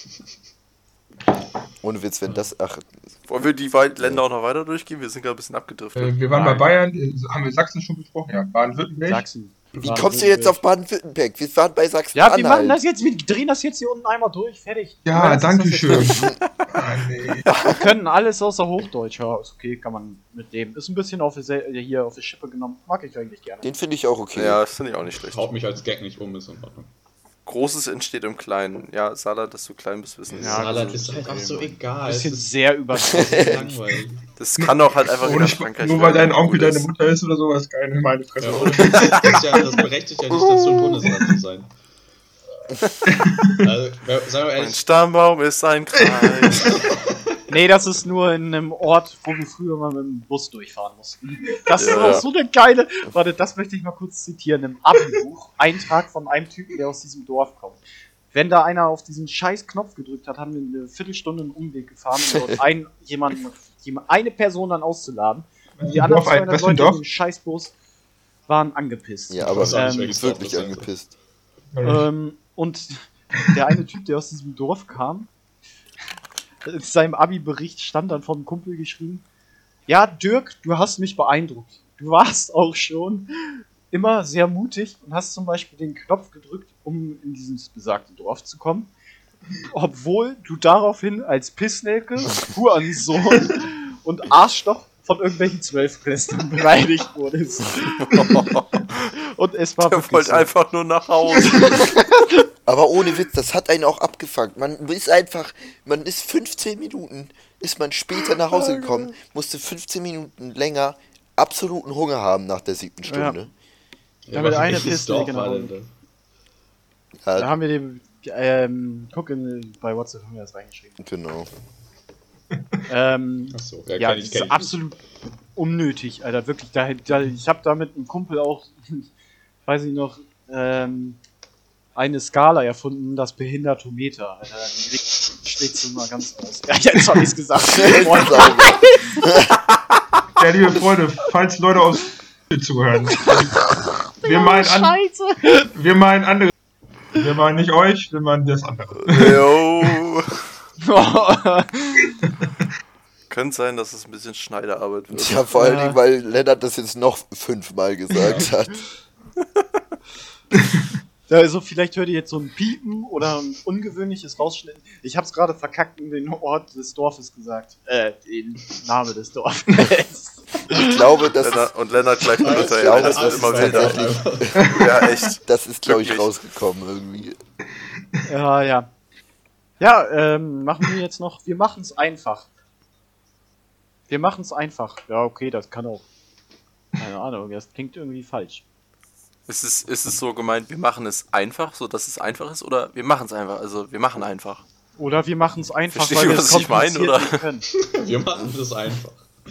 Ohne Witz, wenn das. Ach, Wollen wir die Wei- Länder auch noch weiter durchgehen? Wir sind gerade ein bisschen abgedriftet. Äh, wir waren Nein. bei Bayern, äh, haben wir Sachsen schon besprochen? Ja, Baden-Württemberg. Sachsen. wie kommst du jetzt auf Baden-Württemberg? Wir waren bei Ja, wir Sachsen-Anhalt. machen das jetzt, wir drehen das jetzt hier unten einmal durch, fertig. Ja, Das ist danke das schön. jetzt. Ah, nee. Wir können alles außer Hochdeutsch, ja, ist okay, kann man mit dem. Ist ein bisschen auf die, Sel- hier auf die Schippe genommen, mag ich eigentlich gerne. Den finde ich auch okay. Ja, das finde ich auch nicht schlecht. Haut mich als Gag nicht um, ist in Ordnung. Großes entsteht im Kleinen. Ja, Saarland, dass du klein bist, wissen wir. Ja, Saarland das ist ist einfach okay, so Mann. egal. Bisschen Es ist sehr übertrieben. langweilig. Das kann auch halt einfach Ohne wieder Sp- Frankreich nur weil werden, dein Onkel cool ist. deine Mutter ist oder sowas, keine meine Fresse. Ja, ohne Witz, das, ist ja, das berechtigt ja nicht dazu, ein Bundesland zu sein. Also, ja, sagen wir Mein ehrlich, Stammbaum ist ein Kreis. Nee, das ist nur in einem Ort, wo wir früher mal mit dem Bus durchfahren mussten. Das ist Ja, auch ja. so eine geile. Warte, das möchte ich mal kurz zitieren. Im Abi-Buch. Eintrag von einem Typen, der aus diesem Dorf kommt. wenn da einer auf diesen scheiß Knopf gedrückt hat, haben wir eine Viertelstunde einen Umweg gefahren, um dort ein, jemanden, eine Person dann auszuladen. Und die anderen zweihundert Leute in dem Scheißbus waren angepisst. Ja, aber ähm, wirklich angepisst. Ähm, und der eine Typ, der aus diesem Dorf kam, in seinem Abi-Bericht stand dann vom Kumpel geschrieben: Ja, Dirk, du hast mich beeindruckt. Du warst auch schon immer sehr mutig und hast zum Beispiel den Knopf gedrückt, um in dieses besagte Dorf zu kommen. Obwohl du daraufhin als Pissnelke, Hurensohn und Arschloch von irgendwelchen Zwölfklässlern beleidigt wurdest. Und es war Der wollte so. einfach nur nach Hause. Aber ohne Witz, das hat einen auch abgefangen. Man ist einfach, man ist fünfzehn Minuten, ist man später nach Hause gekommen, musste fünfzehn Minuten länger absoluten Hunger haben nach der siebten Stunde. Ja. Da haben wir was eine echtes Pissnelke nach Dorf war Hause. denn Ja, Da haben wir dem, ähm, guck in, bei WhatsApp haben wir das reingeschrieben. genau. Ähm, das? Achso, ja, ja, kenn das ich, kenn ist ich. absolut unnötig, Alter, wirklich. Da, da, ich habe da mit einem Kumpel auch, weiß ich noch, ähm, eine Skala erfunden, das Behindertometer. Alter, die schlägt du mal ganz aus. Ja, jetzt hab ich's gesagt. Moin. Ja, liebe Freunde, falls Leute aus zuhören, wir meinen, an, Scheiße! wir meinen andere. Wir meinen nicht euch, wir meinen das andere. Jo. Könnte sein, dass es ein bisschen Schneiderarbeit wird. Ja, vor allen Ja. Dingen, weil Lennart das jetzt noch fünfmal gesagt hat. Ja, also vielleicht hört ihr jetzt so ein Piepen oder ein ungewöhnliches Rausschnitt. Ich hab's gerade verkackt und den Ort des Dorfes gesagt. Äh, den Namen des Dorfes. Ich glaube, das ist, Lennart, und Lennart gleich mit ich glaube, das das wird ist immer wilder. tatsächlich, Ja, echt. das ist, glaube ich, Wirklich. rausgekommen irgendwie. Ja, ja. Ja, ähm, machen wir jetzt noch. Wir machen's einfach. Wir machen's einfach. Ja, okay, das kann auch. Keine Ahnung, das klingt irgendwie falsch. Ist es, ist es so gemeint, wir machen es einfach, so dass es einfach ist, oder wir machen es einfach? Also wir machen einfach. Oder wir machen's einfach, Versteht weil ihr, wir was es ich meine, kompliziert oder? nicht können. Wir machen das einfach.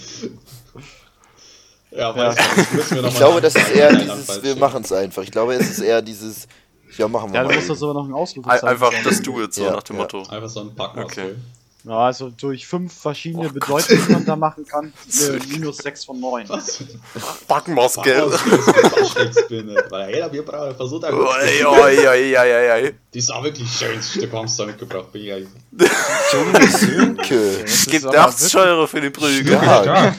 Ja, Ja. weiß nicht, müssen wir noch Ich mal glaube, das ist eher Nein, dieses, falsch wir stehen. machen es einfach. Ich glaube, es ist eher dieses, ja, machen wir Ja, du musst mal. das aber noch ein Ein- Ausrufezeichen Einfach sein. das Do It, so Ja, nach dem ja. Motto. Einfach so ein Packmaske. Okay. Ja, also durch fünf verschiedene Oh Gott. Bedeutungen, die man da machen kann, eine minus sechs von neun. Was? Backmaske. Weil jeder wir brauchen, versucht da Oi, oi, oi, oi, oi. Die ist auch wirklich schönes Stück Hamster mitgebracht. Bin ich ehrlich. Junge Sönke. Es gibt aber nachts Scheure für den Prügel. Ja, Ja,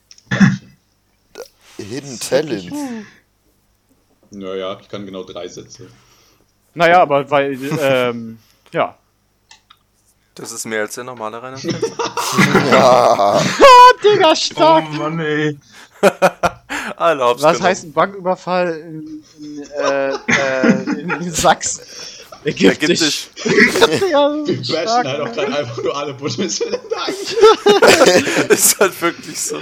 Hidden Talent. Naja, ich kann genau drei Sätze. Naja, aber weil, ähm, ja. Das ist mehr als der normale Rainer. Ja. Digga, oh stark! Mann, ey. Alle hab's Was genommen. heißt ein Banküberfall in, in, äh, äh, in Sachsen? Ägyptisch. Ja, Wir bashen stark, halt auch ne? gerade einfach nur alle Bundesländer ein. Ist halt wirklich so.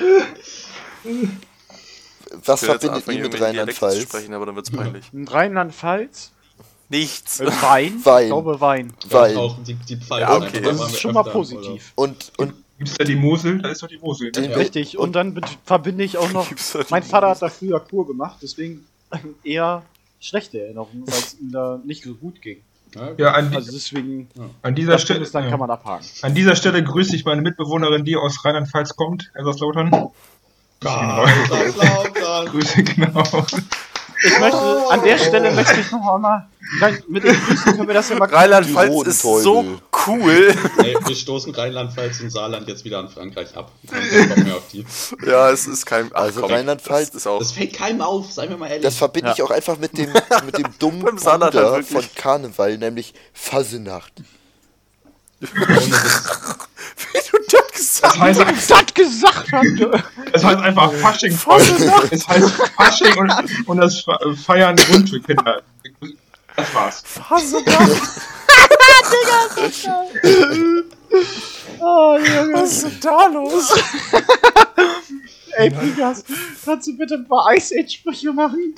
Was Ich will jetzt verbindet anfangen, ihr mit irgendwie in Dialekt zu Rheinland-Pfalz? sprechen, aber dann wird's peinlich. In Rheinland-Pfalz? Nichts. Äh, Wein? Wein. Ich glaube Wein. Wein. Auch die, die Pfalz Ja, okay. einfach, da Das waren ist wir schon mal öfter, positiv. Und, und Gibt's da die Mosel? Da ist doch die Mosel. Ne? Den- Richtig. Und dann be- verbinde ich auch noch, Gibt's da die mein Vater hat da früher Kur gemacht, deswegen eher schlechte Erinnerungen, weil es ihm da nicht so gut ging. oder? Ja, an, Also deswegen, an dieser das Stelle. Bundesland Ja. kann man abhaken. An dieser Stelle grüße ich meine Mitbewohnerin, die aus Rheinland-Pfalz kommt, Kaiserslautern. Kaiserslautern. Grüße, genau. Ich möchte, an der Stelle möchte ich noch einmal, nein, mit den Grüßen können wir das ja mal Rheinland-Pfalz roten ist Teufel. so cool. Ey, wir stoßen Rheinland-Pfalz und Saarland jetzt wieder an Frankreich ab. Wir haben keinen Bock mehr auf die. Ja, es ist kein. Ach, Also komm, Rheinland-Pfalz- das ist auch. Das fällt keinem auf, seien wir mal ehrlich. das verbinde Ja. ich auch einfach mit dem, mit dem dummen Beim Saarland Bruder halt von wirklich. Karneval, nämlich Fasenacht. Ohne Witz. Wie du das gesagt Das heißt, das gesagt hat. es heißt einfach Fasching, Freunde. Es heißt Fasching und, und das Fe- Feiern rund für Kinder. Das war's. hast. Oh, Junge. Was ist denn da los? Ey, Pigas, kannst du bitte ein paar Ice Age Sprüche machen?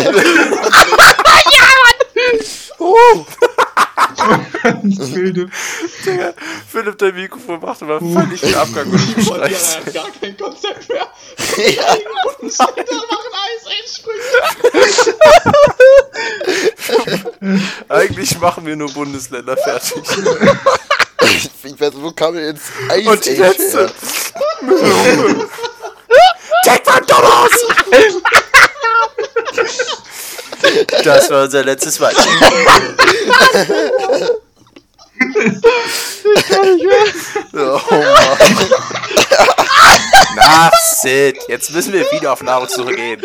Ganz wilde. Digga, Philipp, dein Mikrofon macht immer völlig den Abgang, wenn du Von dir schreist. hat gar kein Konzept mehr. Ja. Bundesländer machen Eis-Einsprüche. Eigentlich machen wir nur Bundesländer fertig. Ich weiß, wo kam denn jetzt Ice Und die Age letzte. her? Jack Van Thomas! Das war unser letztes Mal. Oh Mann. Na, Sid, jetzt müssen wir wieder auf Nahrungssuche gehen.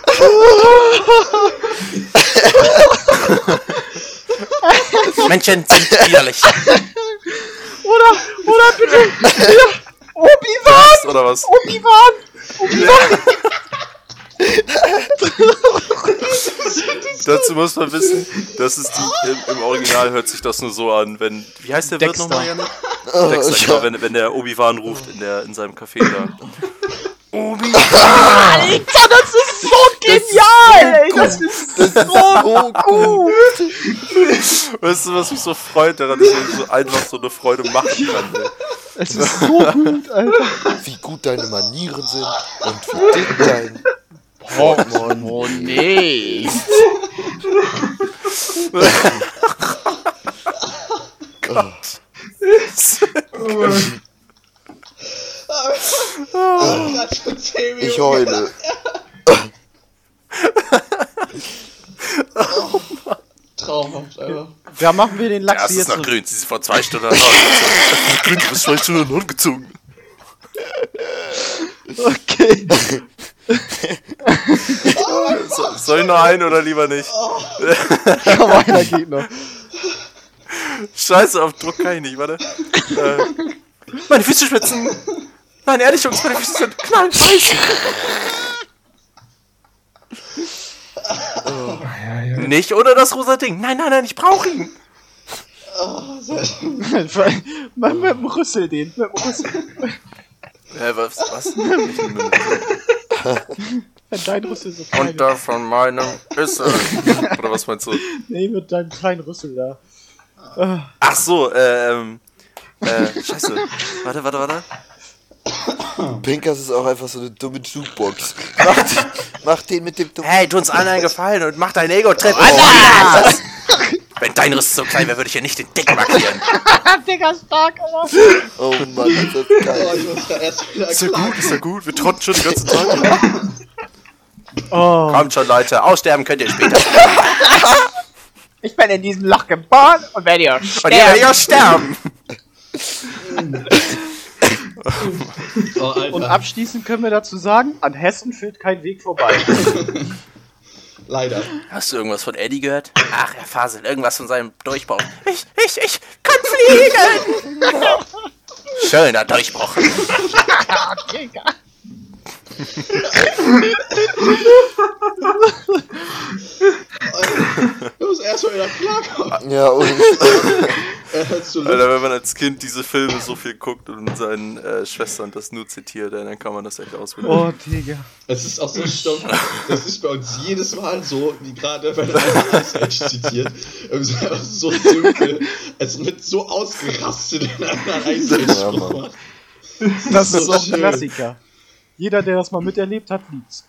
Menschen sind widerlich. Oder, oder bitte, ja, Obi-Wan! Oder was? Obi-Wan! Obi-Wan! Dazu muss man wissen, dass es die, im, im Original hört sich das nur so an, wenn, wie heißt der Wirt Dexter. nochmal, Janik? Oh, Dexter, ja. genau, wenn, wenn der Obi-Wan ruft in, der, in seinem Café da. Alter, das ist so genial! Ey, das ist Das ist so gut. Weißt du, was mich so freut daran, dass ich so einfach so eine Freude machen kann, ey. Es ist so gut, Alter. Wie gut deine Manieren sind und wie dick dein Portemonnaie. nee. Ich heule. Traumhaft, einfach. Da machen wir den Lachs Das ist jetzt noch so. grün, sie ist vor zwei Stunden angezogen. Grün, du bist zwei Stunden angezogen. Okay. So, soll ich noch einen oder lieber nicht? Komm, einer geht noch. Scheiße, auf Druck kann ich nicht, warte. Äh, meine Füße schwitzen. Nein, ehrlich, Jungs, meine Füße sind knallheiß. Ja, ja. Nicht ohne das rosa Ding. Nein, nein, nein, ich brauche ihn. Mal mit dem Rüssel den. Mit dem Rüssel. Äh, was? was? Wenn dein Rüssel so klein ist. Unter von meinem ist er. Oder was meinst du? Nee, mit deinem kleinen Rüssel da. Ach so, äh, ähm. Äh, scheiße. Warte, warte, warte. Pinkers ist auch einfach so eine dumme Jukebox. Mach, den- mach den mit dem dummen... Hey, tu uns allen einen Gefallen und mach deinen Ego-Trip. Oh, wenn dein Rüst so klein wäre, würde ich ja nicht den Dick markieren. Digga, stark, Alter. Oh Mann, ist das Oh, geil. ich muss da erst wieder Ist ja klar. gut, ist ja gut. Wir trotten schon den ganzen Tag. Oh. Kommt schon, Leute. Aussterben könnt ihr später. Ich bin in diesem Loch geboren und werde hier Und ihr werdet ja sterben. Oh, Alter. Und abschließend können wir dazu sagen, an Hessen führt kein Weg vorbei. Leider. Hast du irgendwas von Eddie gehört? Ach, er faselt irgendwas von seinem Durchbruch. Ich, ich, ich kann fliegen! Schöner Durchbruch. Digga. Du musst erst mal wieder klarkommen. Ja, und Er hört zu Alter, wenn man als Kind diese Filme so viel guckt und seinen äh, Schwestern das nur zitiert, dann kann man das echt auswendig. Oh, Digga. Es ist auch so stumpf. Das ist bei uns jedes Mal so, wie gerade, wenn er Ice Age zitiert. Irgendwie so- einfach so simpel. Es wird so ausgerastet, wenn er einen Ice Age Ja, Spruch Mann. macht. Das so ist auch ein schön. Klassiker. Jeder, der das mal miterlebt hat, liebt's.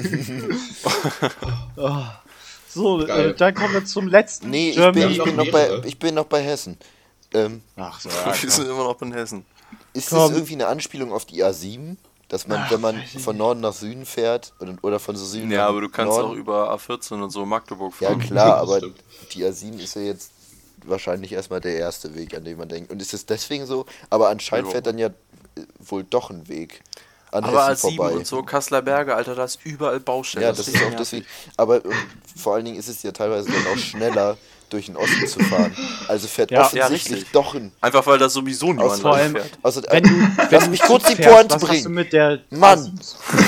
Oh. So, Geil. äh, dann kommen wir zum letzten. nee, ich bin, Germany. ich, noch bin noch bei, mehrere. ich bin noch bei Hessen. Ähm, Ach so, Wir sind immer noch in Hessen. ist Komm. das irgendwie eine Anspielung auf die A sieben? Dass man, wenn man von Norden nach Süden fährt oder, oder von so Süden Ja, nach aber du kannst Norden, auch über A vierzehn und so Magdeburg Ja fahren. klar, Das aber stimmt. die A sieben ist ja jetzt wahrscheinlich erstmal der erste Weg, an den man denkt. Und ist es deswegen so? Aber anscheinend Ja. fährt dann ja äh, wohl doch ein Weg an Aber A Hessen sieben vorbei. und so, Kasseler Berge, Alter, da ist überall Baustelle. Ja, das ist auch deswegen. Aber und vor allen Dingen ist es ja teilweise dann auch schneller, durch den Osten zu fahren. Also fährt Ja, offensichtlich ja, richtig. doch ein. Einfach weil da sowieso niemand vor allem- fährt. Also, Wenn du, wenn lass du mich kurz die Zug fährst, Pointe was hast du bringen. mit der Mann.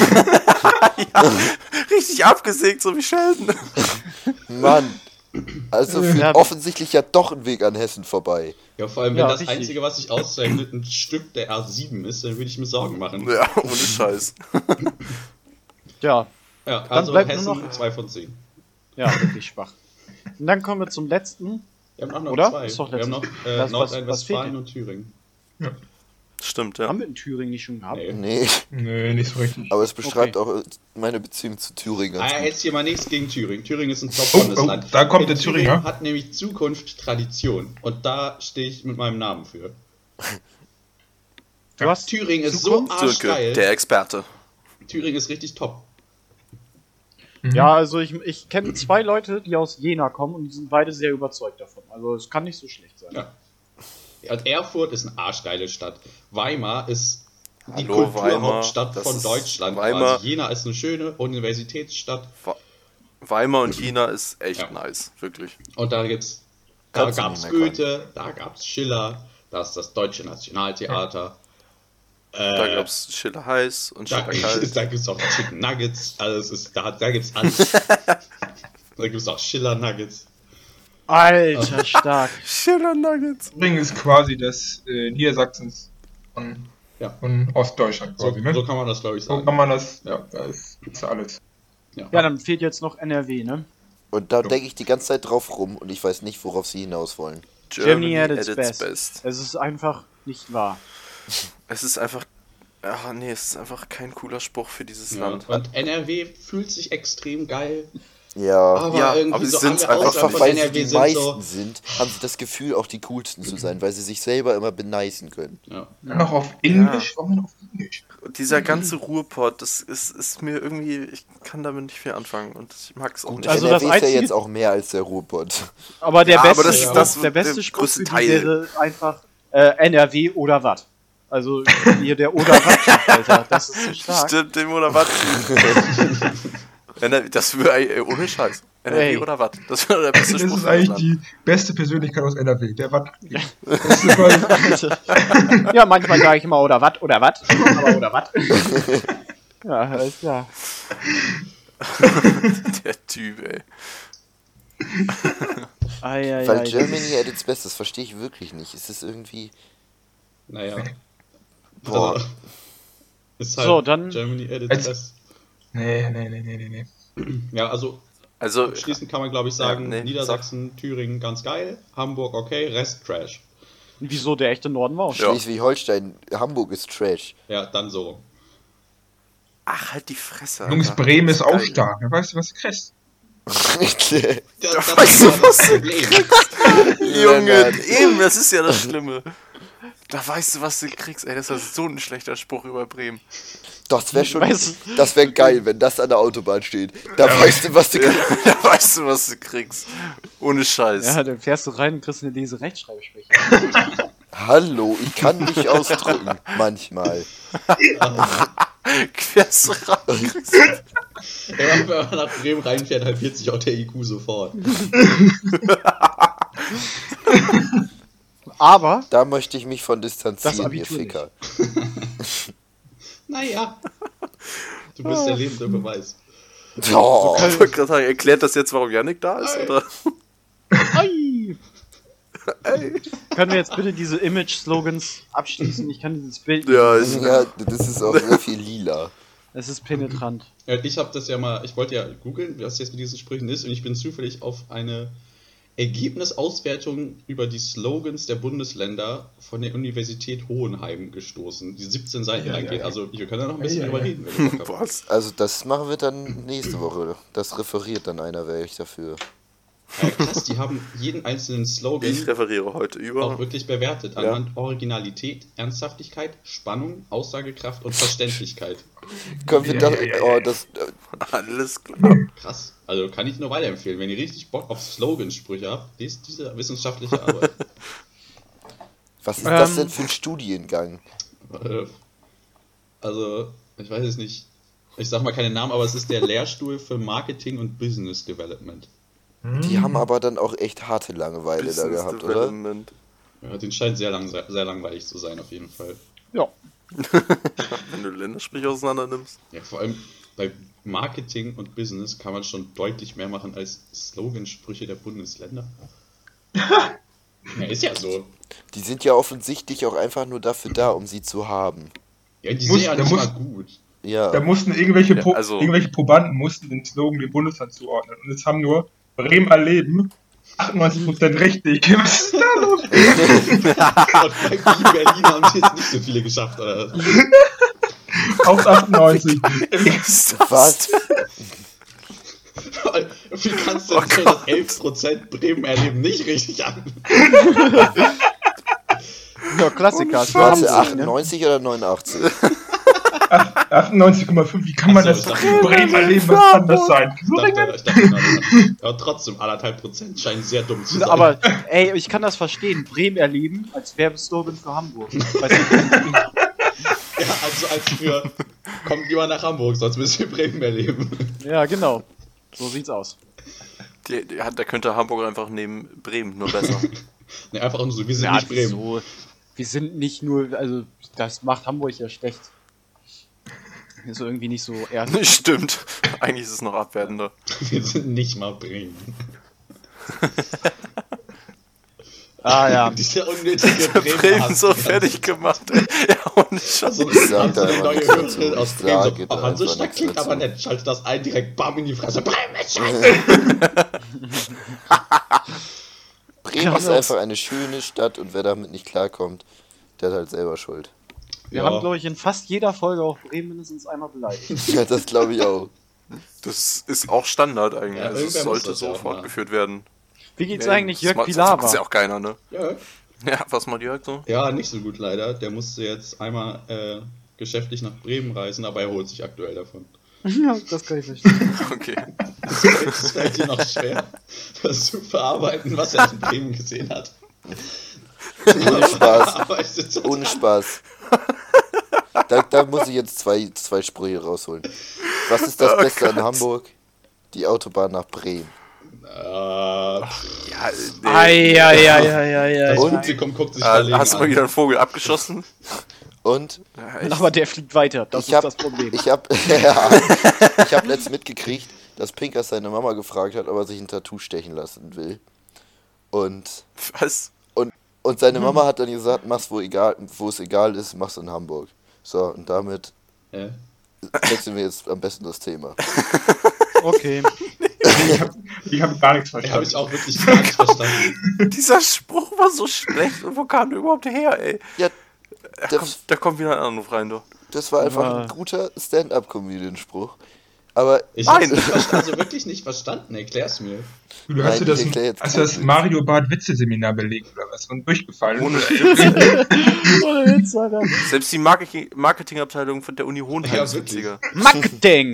Richtig abgesägt, so wie Sheldon. Mann. Also führt Ja. offensichtlich ja doch ein Weg an Hessen vorbei. Ja, vor allem, wenn Ja, das richtig. Einzige, was sich auszeichnet, ein Stück der A sieben ist, dann würde ich mir Sorgen machen. Ja, ohne Scheiß. Ja, Ja, also bleibt nur Hessen noch- zwei von zehn. ja, wirklich schwach. Und dann kommen wir zum letzten. Wir haben auch noch Oder? zwei. Ist doch Wir haben letztes- noch äh, Was- was- was Nordrhein-Westfalen fehlt und Thüringen. Stimmt, ja. Haben wir in Thüringen nicht schon gehabt? Nee. Nee, Nö, nicht so richtig. aber es beschreibt Okay. auch äh, meine Beziehung zu Thüringen Ah, ganz ja, gut. jetzt hier mal nichts gegen Thüringen. Thüringen ist ein Oh, Top-Bundesland. oh, da kommt Denn der Thüringer. hat nämlich Zukunft, Tradition. Und da stehe ich mit meinem Namen für. Du hast Thüringen ist Zukunft? so Sönke, arschgeil. der Experte. Thüringen ist richtig top. Mhm. Ja, also ich, ich kenne zwei Leute, die aus Jena kommen und die sind beide sehr überzeugt davon. Also es kann nicht so schlecht sein. Ja. Und Erfurt ist eine arschgeile Stadt. Weimar ist die Hallo, Kulturhauptstadt Weimar, das von ist Deutschland. Weimar. Quasi. Jena ist eine schöne Universitätsstadt. Weimar und China ist echt Ja. nice, wirklich. Und da gibt's, da Kannst du gab's nicht meckern. Goethe, da gab's Schiller, da ist das Deutsche Nationaltheater. Da Äh, gab's Schiller heiß und da, Schiller kalt. da gibt's auch Chicken Nuggets. Also es ist, da, da gibt's alles. Da gibt's auch Schiller Nuggets. Alter, stark. Schiller Nuggets. Thüringen ist quasi das äh, Niedersachsens von, Ja. von Ostdeutschland So, quasi, ne? so kann man das, glaube ich, So sagen. kann man das, ja, da ist, gibt's ja alles. Ja, dann fehlt jetzt noch N R W, ne? Und da denke ich die ganze Zeit drauf rum und ich weiß nicht, worauf sie hinaus wollen. Germany at its best. Es ist einfach nicht wahr. Es ist einfach. Ach nee, es ist einfach kein cooler Spruch für dieses Ja. Land. Und N R W fühlt sich extrem geil. Ja, Aber Ja, irgendwie aber sie so sind's alle einfach, Aussagen einfach von weil sie N R W die sind meisten so. sind, haben sie das Gefühl, auch die coolsten zu sein, weil sie sich selber immer beneisen können. Ja. Noch auf Englisch? Warum noch auf Englisch? Und dieser ganze Ruhrpott, das ist, ist mir irgendwie. Ich kann damit nicht viel anfangen und ich mag es auch Gut, nicht. Also N R W das ist ja einzige- jetzt auch mehr als der Ruhrpott. Aber der Ja, beste aber das ist Spruch, das- der beste der Spruch größte für die Teil. wäre einfach äh, N R W oder was. Also hier der oder was, Alter. Das ist so stark. Stimmt, dem oder was? N R W, das wäre ey, ohne Scheiß. N R W Ey. oder was? Das wäre der beste Das Spruch. ist für eigentlich das die beste Persönlichkeit aus N R W. Der war. Das ist quasi, Ja, manchmal sage ich immer oder was oder was. Aber oder was. Ja, alles klar. Land. Der Typ, ey. Ei, ei, Weil ei. Germany at its best, das verstehe ich wirklich nicht. Es ist irgendwie. Naja. Boah. Also, ist halt So, dann- Germany at its Als- best. nee, nee, nee, nee, nee, nee. Ja, also Also, abschließend kann man, glaube ich, sagen, Ja, nee, Niedersachsen, Thüringen ganz geil, Hamburg okay, Rest Trash. Wieso der echte Norden war auch Ja. Schleswig-Holstein, Hamburg ist Trash. Ja, dann so. ach, halt die Fresse. Jungs, Alter. Bremen ist auch Geil. stark. Ne? Weißt du, was du kriegst? Das, das weißt ist du, ja das Problem. Junge, Lennart. eben, das ist ja das Schlimme. Da weißt du, was du kriegst, ey. Das ist so ein schlechter Spruch über Bremen. Das wäre schon. Weißt Das wäre geil, wenn das an der Autobahn steht. Da weißt du, was du kriegst. Da weißt du, was du kriegst. Ohne Scheiß. Ja, dann fährst du rein und kriegst eine Lese-Rechtschreibschwäche. Hallo, ich kann mich ausdrücken. Manchmal. Querst du raus. Ja, wenn man nach Bremen reinfährt, halbiert sich auch der I Q sofort. Aber Da möchte ich mich von Das distanzieren, ihr Abitur Ficker. Naja. Du bist der lebende Beweis. Oh, Ich wollte gerade sagen, erklärt das jetzt, warum Yannick da ist? Oder? Ei. Können wir jetzt bitte diese Image-Slogans abschließen? Ich kann dieses Bild nicht. Ja, ich, ja, das ist auch sehr viel lila. Es ist penetrant. Ja, ich habe das ja mal, ich wollte ja googeln, was jetzt mit diesen Sprüchen ist, und ich bin zufällig auf eine Ergebnisauswertung über die Slogans der Bundesländer von der Universität Hohenheim gestoßen, die siebzehn Seiten Ja, lang ja, geht. ja. Also wir können da noch ein bisschen Ja, ja, drüber ja. reden, wenn ihr Bock habt. was? Also das machen wir dann nächste Woche. Das referiert dann einer, wäre ich dafür. Ja, krass, die haben jeden einzelnen Slogan Ich referiere heute auch über. wirklich bewertet, Ja. anhand Originalität, Ernsthaftigkeit, Spannung, Aussagekraft und Verständlichkeit. Können wir Ja, das, ja, ja, oh, ja. das, Alles klar. Krass. Also kann ich nur weiterempfehlen. Wenn ihr richtig Bock auf Slogansprüche habt, lest diese wissenschaftliche Arbeit. was ist das Ähm. denn für ein Studiengang? Äh, Also, ich weiß es nicht. Ich sag mal keinen Namen, aber es ist der Lehrstuhl für Marketing und Business Development. Die haben aber dann auch echt harte Langeweile da Business gehabt, oder? Development. Ja, den scheint sehr, lang, sehr langweilig zu sein, auf jeden Fall. Ja. Wenn du Ländersprüche auseinander nimmst. Ja, vor allem bei Marketing und Business kann man schon deutlich mehr machen als Slogansprüche der Bundesländer. Ja, ist ja so. Die sind ja offensichtlich auch einfach nur dafür da, um sie zu haben. Ja, die Muss- sind ja der nicht muss- mal gut. Ja. Da mussten irgendwelche, Ja, Pro also- irgendwelche Probanden mussten den Slogan dem Bundesland zuordnen. Und jetzt haben nur Bremer Leben achtundneunzig Prozent richtig. Was ist da los? Und bei Wien Berlin haben sie jetzt nicht so viele geschafft, oder? Auf achtundneunzig. Was? Wie kannst du denn schon, dass elf Prozent Bremen erleben nicht richtig an? Ja, Klassiker. Oh, warte, achtundneunzig oder neunundachtzig? achtundneunzig Komma fünf, wie kann man Ach so, das ich dachte, Bremen erleben? Was kann das sein? Ich dachte, ich dachte gerade, ja, trotzdem, anderthalb Prozent scheinen sehr dumm zu sein. Aber, ey, ich kann das verstehen. Bremen erleben als Werbeslogan für Hamburg. Weißt du, Ja, also als für, kommt lieber nach Hamburg, sonst müssen wir Bremen erleben. ja, genau. So sieht's aus. Die, die, da könnte Hamburg einfach neben Bremen, nur besser. Ne, einfach nur so, wir sind Ja, nicht Bremen. so. Wir sind nicht nur, also, das macht Hamburg ja schlecht. Ist so irgendwie nicht so ernst. Stimmt. Eigentlich ist es noch abwertender. Wir sind nicht mal Bremen. Ah, ja. Dieser unnötige Bremen, Bremen so fertig gemacht, ey. Ja, ohne Scheiß. Also, Ich sag also da eine einfach neue nichts dazu. Hörnerin aus Ich Bremen sage so, da oh, Hansestadt einfach klingt nichts aber dazu. nett, schaltet das ein, direkt bam in die Fresse, Bremen ist scheiße. Bremen ist einfach eine schöne Stadt und wer damit nicht klarkommt, der hat halt selber Schuld. Wir Ja. haben, glaube ich, in fast jeder Folge auch Bremen mindestens einmal beleidigt. Ja, das glaube ich auch. Das ist auch Standard eigentlich. Ja, also es irgendwer muss sollte das so ja auch fortgeführt werden. Wie geht's Nee, eigentlich das Jörg macht- Das Pilawa? macht's ja auch keiner, ne? Ja. Ja, was mal Jörg so? ja, nicht so gut leider. Der musste jetzt einmal äh, geschäftlich nach Bremen reisen, aber er holt sich aktuell davon. Ja, das kann ich verstehen. Okay. Es fällt dir noch schwer, das zu verarbeiten, was er in Bremen gesehen hat. Ohne Spaß. Arbeitet total. Ohne Spaß. Da, da muss ich jetzt zwei, zwei Sprüche rausholen. Was ist das Oh Beste an Gott. Hamburg? Die Autobahn nach Bremen. Äh, Ja, nee. Eieieiei. das Und? Publikum guckt sich Äh, verlegen hast du mal an. wieder einen Vogel abgeschossen? Und Ja, echt. Aber der fliegt weiter, das ich ist hab, das Problem. ich hab, ja, ich hab letztens mitgekriegt, dass Pinkers seine Mama gefragt hat, ob er sich ein Tattoo stechen lassen will. Und, Was? und seine Mama hat dann gesagt, mach's wo egal, wo es egal ist, mach's in Hamburg. So, und damit Ja. wechseln wir jetzt am besten das Thema. Okay. Ich habe ich hab gar nichts Da habe verstanden. ich auch wirklich gar nicht verstanden. Dieser Spruch war so schlecht. Und wo kam der überhaupt her, ey? Ja, Da das, kommt, da kommt wieder ein Anruf rein, du. das war einfach Ja. ein guter Stand-up-Comedian-Spruch. Aber Ich habe Nein. also wirklich nicht verstanden. Erklär's mir. Du Nein, hast du das, ich erklär jetzt hast du das keinen Mario Bart Witze-Seminar belegt oder was? Und durchgefallen? Ohne Ohne Witz, Alter. Selbst die Marketing- Marketingabteilung von der Uni Hohenheim Ja, ist wirklich. witziger. Marketing!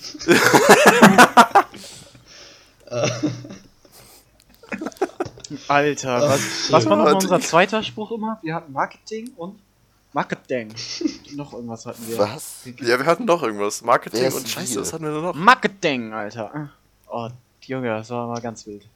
Alter, was, was war nochmal unser zweiter Spruch immer? Wir hatten Marketing und Marketing. Noch irgendwas hatten wir. Was? Ja, wir hatten noch irgendwas. Marketing Wer ist und Scheiße, wir? was hatten wir denn noch? Marketing, Alter. Oh, Junge, das war mal ganz wild.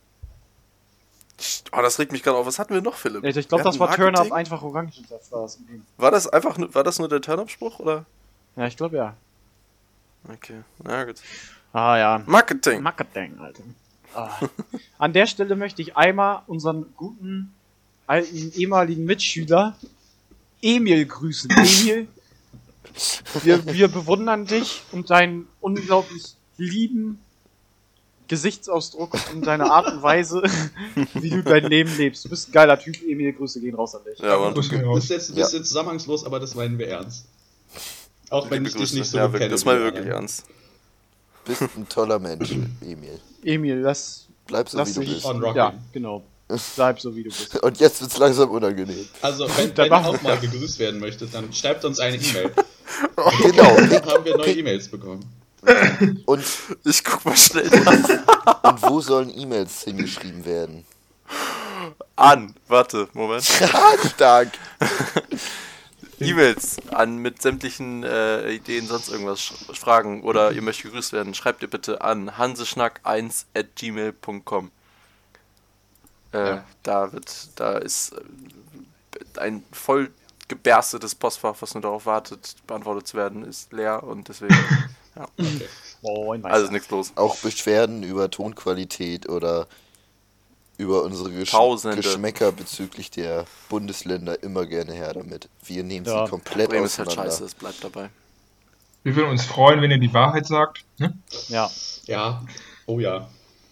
Oh, das regt mich gerade auf. Was hatten wir noch, Philipp? Ich glaube, Wir das hatten war Turn-Up Marketing? einfach Orangensaft. War das, War das einfach nur, war das nur der Turn-Up-Spruch, oder? ja, ich glaube ja. Okay, na gut. Ah ja. Marketing. Marketing, Alter. Ah. An der Stelle möchte ich einmal unseren guten, alten, ehemaligen Mitschüler Emil grüßen. Emil, wir, wir bewundern dich und deinen unglaublich lieben Gesichtsausdruck und deine Art und Weise, wie du dein Leben lebst. Du bist ein geiler Typ, Emil, Grüße gehen raus an dich. Ja, Mann. Grüße gehen Das raus. ist jetzt ein Ja. bisschen zusammenhangslos, aber das meinen wir ernst. Auch wenn Liebe ich dich Grüße. nicht so ja, gut wirklich, kenne. das meinen wir wie wirklich alle. ernst. Bist ein toller Mensch, Emil. Emil, lass, Bleib so, lass wie du dich... bist. On Rocking. Ja, genau. Bleib so, wie du bist. Und jetzt wird's langsam unangenehm. Also, wenn, Dann wenn ihr machen auch mal gegrüßt werden möchtet, dann schreibt uns eine E-Mail. Genau. Dann haben wir neue E-Mails bekommen. Und, Ich guck mal schnell nach. und wo sollen E-Mails hingeschrieben werden? An. Warte, Moment. Stark. E-Mails an mit sämtlichen äh, Ideen, sonst irgendwas, sch- Fragen oder ihr möchtet gegrüßt werden, schreibt ihr bitte an hanseschnack eins at gmail punkt com. Äh, Ja. Da wird, da ist äh, ein voll geberstetes Postfach, was nur darauf wartet, beantwortet zu werden, ist leer und deswegen, ja, Moin, Meister. also ist nichts los. Auch Beschwerden über Tonqualität oder über unsere Gesch Tausende. Geschmäcker bezüglich der Bundesländer immer gerne her damit. Wir nehmen Ja. sie komplett Bremen ist halt auseinander. scheiße, es bleibt dabei. Wir würden uns freuen, wenn ihr die Wahrheit sagt. Ne? Ja. Ja. Oh ja.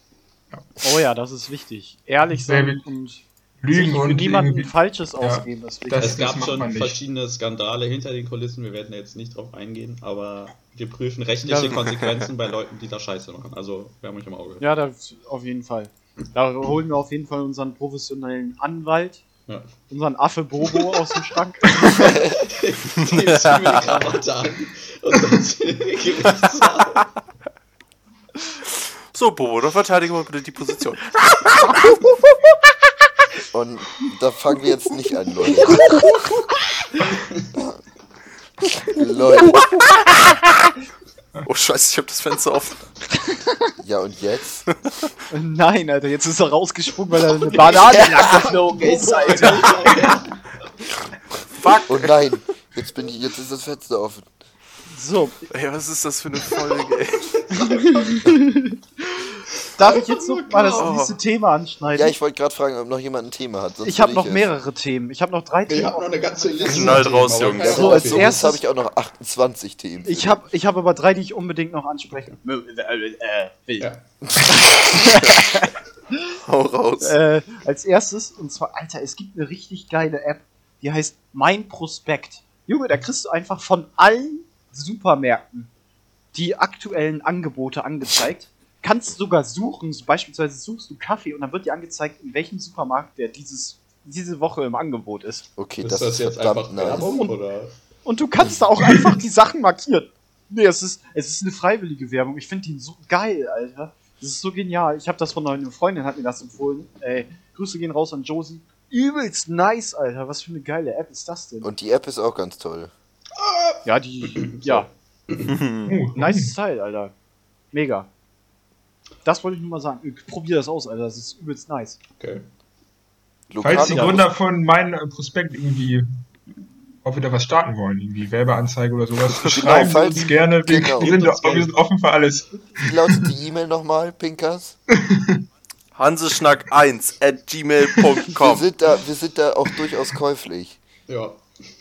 Oh ja, das ist wichtig. Ehrlich Sehr sein wichtig. und Lügen sich für und niemanden irgendwie- Falsches Ja, ausgeben ist wichtig. das- Es gab macht schon man nicht. verschiedene Skandale hinter den Kulissen, wir werden da jetzt nicht drauf eingehen, aber wir prüfen rechtliche Ja. Konsequenzen bei Leuten, die da Scheiße machen. Also, wir haben euch im Auge. Ja, das auf jeden Fall. Da holen wir auf jeden Fall unseren professionellen Anwalt, Ja. unseren Affe Bobo aus dem Schrank. Dem ziehen wir die Krawatte an und dann sind wir im Gerichtssaal. So, Bobo, dann verteidigen wir bitte die Position. Und da fangen wir jetzt nicht an, Leute. Leute. Oh scheiße, ich hab das Fenster offen. Ja, und jetzt? Nein, Alter, jetzt ist er rausgesprungen, weil er eine Banane geflogen ist, Alter. Fuck. Oh nein, jetzt bin ich, jetzt ist das Fenster offen. So, Ey, was ist das für eine Folge, ey? darf ich jetzt noch mal das Oh. nächste Thema anschneiden? Ja, ich wollte gerade fragen, ob noch jemand ein Thema hat. sonst ich habe würde noch es- mehrere Themen. Ich habe noch drei Ich Themen. habe noch eine ganze Liste. Knallt mit raus, Themen, aber Jungs. keiner So, als auf So, jeden erstes- jetzt habe ich auch noch achtundzwanzig Themen. Ich habe ich hab aber drei, die ich unbedingt noch ansprechen will. Ja. Hau raus. Äh, als erstes, und zwar, Alter, es gibt eine richtig geile App, die heißt Mein Prospekt. Junge, da kriegst du einfach von allen Supermärkten die aktuellen Angebote angezeigt. Kannst sogar suchen, so beispielsweise suchst du Kaffee und dann wird dir angezeigt, in welchem Supermarkt der dieses, diese Woche im Angebot ist. Okay, Ist das, das ist jetzt verdammt einfach nice. Werbung, oder? Und du kannst da auch einfach die Sachen markieren. Nee, es ist, es ist eine freiwillige Werbung. Ich finde die so geil, Alter. Das ist so genial. Ich habe das von einer Freundin, hat mir das empfohlen. Ey, Grüße gehen raus an Josie. Übelst nice, Alter. Was für eine geile App ist das denn? Und die App ist auch ganz toll. Ja, die, ja, Uh, nice Style, Alter. Mega. Das wollte ich nur mal sagen. Probier das aus, Alter. Das ist übelst nice. Okay. Falls die Lokale- Gründer von meinem äh, Prospekt irgendwie auch wieder was starten wollen, irgendwie Werbeanzeige oder sowas, schreiben Sie falls- uns gerne. Wir, genau. wir, sind, wir sind offen für alles. Wie lautet die E-Mail nochmal, Pinkas? Hanseschnack eins at gmail punkt Wir com. sind da, wir sind da auch durchaus käuflich. Ja.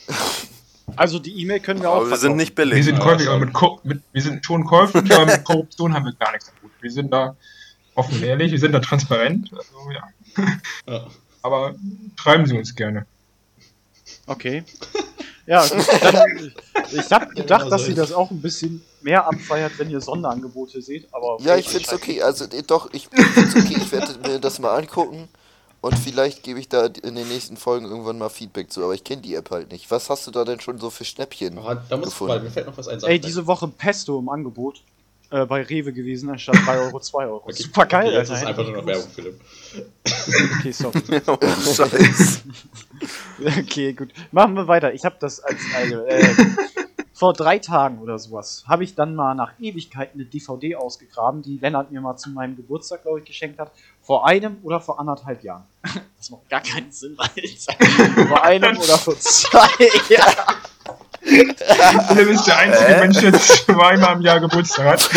Also die E-Mail können wir auch Aber wir sind verkaufen. nicht Wir billig. sind Ja, käufig, schon. aber mit, Ko mit wir sind schon käuflich, aber mit Korruption haben wir gar nichts am Hut. Wir sind da offen und ehrlich, wir sind da transparent. Also, ja. Ja. Aber schreiben Sie uns gerne. Okay. Ja, gut, dann, ich habe gedacht, Ja, dass so ihr ist- das auch ein bisschen mehr abfeiert, wenn ihr Sonderangebote seht, aber Ja, ich find's okay. Also eh, doch, ich find's okay. Ich werde mir das mal angucken und vielleicht gebe ich da in den nächsten Folgen irgendwann mal Feedback zu. Aber ich kenne die App halt nicht. Was hast du da denn schon so für Schnäppchen? Ah, da muss Gefunden. weil mir fällt noch was ein. Ey, diese Woche Pesto im Angebot äh, bei Rewe gewesen, anstatt drei Euro, zwei Euro. Okay, Super geil, okay, jetzt Alter. ist einfach nur noch Werbung, Philipp. Okay, sorry. Oh, Scheiß. Okay, gut. Machen wir weiter. Ich habe das als also, äh, vor drei Tagen oder sowas habe ich dann mal nach Ewigkeiten eine D V D ausgegraben, die Lennart mir mal zu meinem Geburtstag, glaube ich, geschenkt hat. Vor einem oder vor anderthalb Jahren. Das macht gar keinen Sinn, Alter. Vor einem oder vor zwei Jahren. Philipp ist der einzige Mensch, der zweimal im Jahr Geburtstag hat.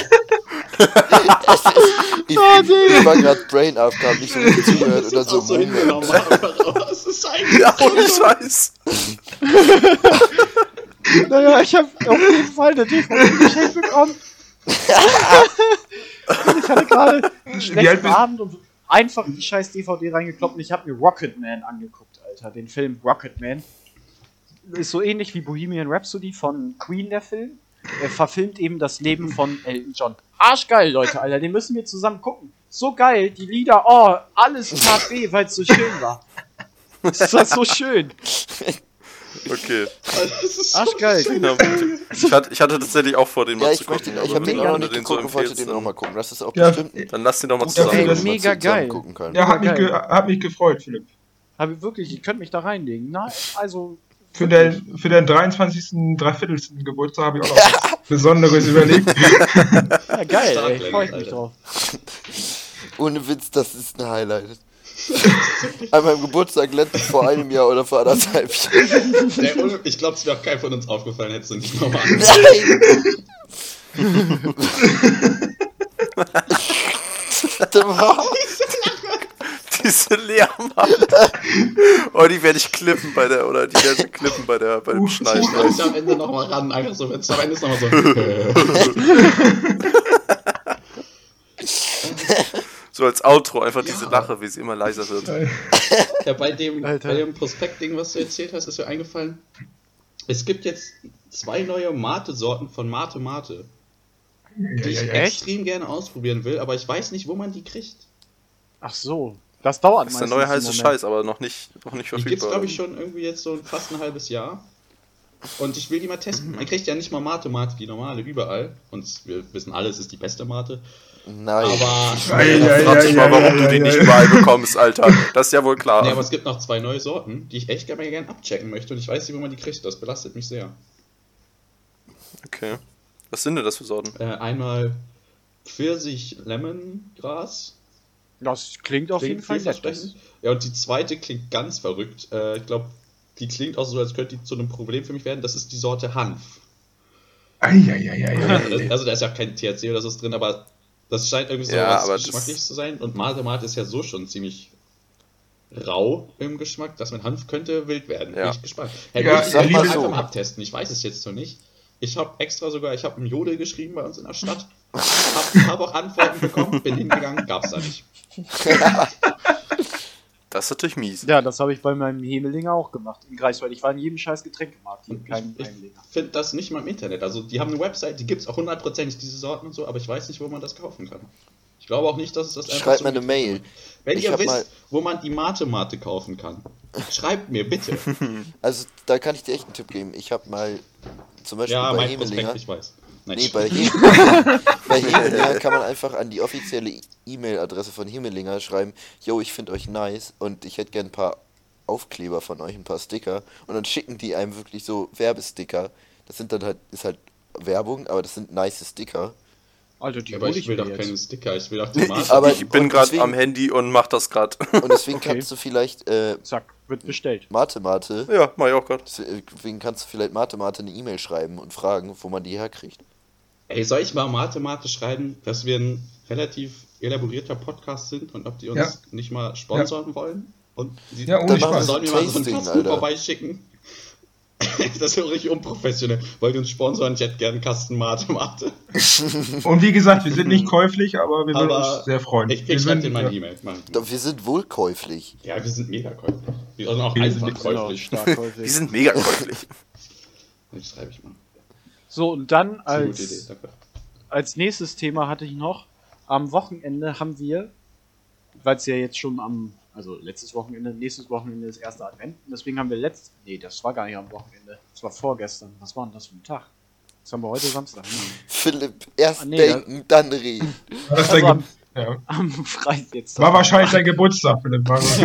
Ich, ich war gerade Brain Up, hab nicht so richtig zugehört oder so. auch so Moment. hingenommen, aber was ist eigentlich? Ja, ohne Scheiß. Naja, ich habe auf jeden Fall eine D V D geschenkt bekommen. Und ich hatte gerade einen alt schlechten bist- Abend und einfach die scheiß D V D reingekloppt und ich habe mir Rocketman angeguckt, Alter. Den Film Rocketman. Ist so ähnlich wie Bohemian Rhapsody von Queen, der Film. Er verfilmt eben das Leben von Elton John. Arschgeil, Leute, Alter. Den müssen wir zusammen gucken. So geil, die Lieder, oh, alles tat weh, weil es so schön war. Ist das so schön. Okay. Das ist so Arschgeil. Genau. Ich hatte, ich hatte tatsächlich auch vor, den mal Ja, zu ich möchte, gucken. ich aber habe den wenn auch noch du nicht den so geguckt und wollte empfiehlst, den auch mal gucken. Das ist auch Ja, bestimmt ein Dann lass den doch mal Ja, zusammen. ey, Film, was man mega zusammen geil. gucken kann. Ja, hat mich, geil. ge hat mich gefreut, Philipp. Aber wirklich, ihr könnt mich da reinlegen. Nein, also. Für den, für den dreiundzwanzigsten Dreiviertelsten Geburtstag habe ich auch noch was Besonderes überlegt. Ja, geil, Stark, ey. Freue ich Alter. mich drauf. Ohne Witz, das ist ein Highlight. An meinem Geburtstag letztens vor einem Jahr oder vor anderthalb Jahren. Der Ulf, ich glaube, es wäre auch keinem von uns aufgefallen, hättest du nicht nochmal Nein! Warte mal. Diese Leermann. Oh, die werde ich klippen bei der, oder die werde ich klippen bei der, bei dem Schneiden. Du kommst am Ende nochmal ran, einfach so, wenn es am Ende ist nochmal so. So So als Outro einfach Ja. diese Lache, wie sie immer leiser wird. Ja, bei dem, Alter. bei dem Prospekt-Ding, was du erzählt hast, ist mir eingefallen, es gibt jetzt zwei neue Mate-Sorten von Mate Mate, Ja, die ich ja, ja. Echt? extrem gerne ausprobieren will, aber ich weiß nicht, wo man die kriegt. Ach so. Das dauert Das ist der meistens neue einen heiße Moment. Scheiß, aber noch nicht, noch nicht Die gibt's, verfügbar. glaube ich, schon irgendwie jetzt so fast ein halbes Jahr. Und ich will die mal testen. Man kriegt ja nicht mal Mate Mate, die normale, überall. Und wir wissen alle, es ist die beste Mate. Nein. Aber, Ja, ja, Ja, frag dich ja, mal, warum ja, du die ja, nicht ja. überall bekommst, Alter. Das ist ja wohl klar. nee, aber es gibt noch zwei neue Sorten, die ich echt gerne gerne abchecken möchte. Und ich weiß nicht, wo man die kriegt. Das belastet mich sehr. Okay. Was sind denn das für Sorten? Äh, einmal Pfirsich-Lemongras. Das klingt auf jeden Fall nett. vielversprechend. Ja, und die zweite klingt ganz verrückt. Äh, ich glaube, die klingt auch so, als könnte die zu einem Problem für mich werden. Das ist die Sorte Hanf. Eieieiei. Also da ist ja kein T H C oder so drin, aber das scheint irgendwie so Ja, was aber das- Geschmackliches zu sein. Und Mate Mate ist ja so schon ziemlich rau im Geschmack. Das mit Hanf könnte wild werden. Ja. Bin ich gespannt. Hey, Ja, ich sag will mal einfach so. mal abtesten. Ich weiß es jetzt noch nicht. Ich habe extra sogar, ich habe einen Jodel geschrieben bei uns in der Stadt. Hab, hab auch Antworten bekommen, bin hingegangen, gab's da nicht. Das ist natürlich mies. Ja, das habe ich bei meinem Hemelinger auch gemacht. In Greifswald. Ich war in jedem scheiß Getränkemarkt. Hier, kein Ich Hemelinger. finde das nicht mal im Internet. Also die haben eine Website, die gibt's auch hundertprozentig, diese Sorten und so, aber ich weiß nicht, wo man das kaufen kann. Ich glaube auch nicht, dass es das einfach Schreibt so mir eine gibt. Mail. Wenn Ich ihr hab wisst, mal- wo man die Mate Mate kaufen kann, schreibt mir bitte. Also, da kann ich dir echt einen Tipp geben. Ich habe mal zum Beispiel Ja, bei mein Hemelinger. Prospekt, ich weiß. Nein. Nee, bei, He bei Hemelinger kann man einfach an die offizielle E-Mail-Adresse von Hemelinger schreiben, yo, ich finde euch nice und ich hätte gern ein paar Aufkleber von euch, ein paar Sticker. Und dann schicken die einem wirklich so Werbesticker. Das sind dann halt, ist halt Werbung, aber das sind nice Sticker. Alter, die aber hol ich will mir doch jetzt. keine Sticker, ich will doch die Mate. Aber- Ich bin und gerade deswegen- am Handy und mach das gerade. Und deswegen Okay. kannst du vielleicht äh, Zack, wird bestellt. Mate Mate, Ja, mach ich auch gerade. deswegen kannst du vielleicht Mate Mate eine E-Mail schreiben und fragen, wo man die herkriegt. Ey, soll ich mal Mate Mate schreiben, dass wir ein relativ elaborierter Podcast sind und ob die uns Ja. nicht mal sponsern wollen? Und sie Ja, ohne Dann Spaß. machen sollen wir wir so mal so einen Tasting, Kasten Alter. vorbeischicken? Das ist ja richtig unprofessionell. Wollt ihr uns sponsoren? Ich hätte gerne einen Kasten Mate Mate. Und wie gesagt, wir sind nicht käuflich, aber wir würden Aber uns sehr freuen. Ich wir krieg sind, in meine ja, E-Mail. Mach ich mal. Doch, wir sind wohl käuflich. Ja, wir sind mega käuflich. Wir sind auch Wir sind einfach Genau, käuflich. stark Die häufig. sind mega käuflich. Das schreibe ich mal. So, und dann Das ist eine gute Idee, als, danke. als nächstes Thema hatte ich noch, am Wochenende haben wir, weil es ja jetzt schon am, also letztes Wochenende, nächstes Wochenende ist erster Advent, und deswegen haben wir letzt, nee, das war gar nicht am Wochenende, das war vorgestern, was war denn das für ein Tag? Das haben wir heute Samstag. Hm. Philipp, erst Ah, nee, denken, dann reden. war, das Also dein am, Ge ja. am Freitag jetzt. war wahrscheinlich dein Geburtstag, Philipp. War so.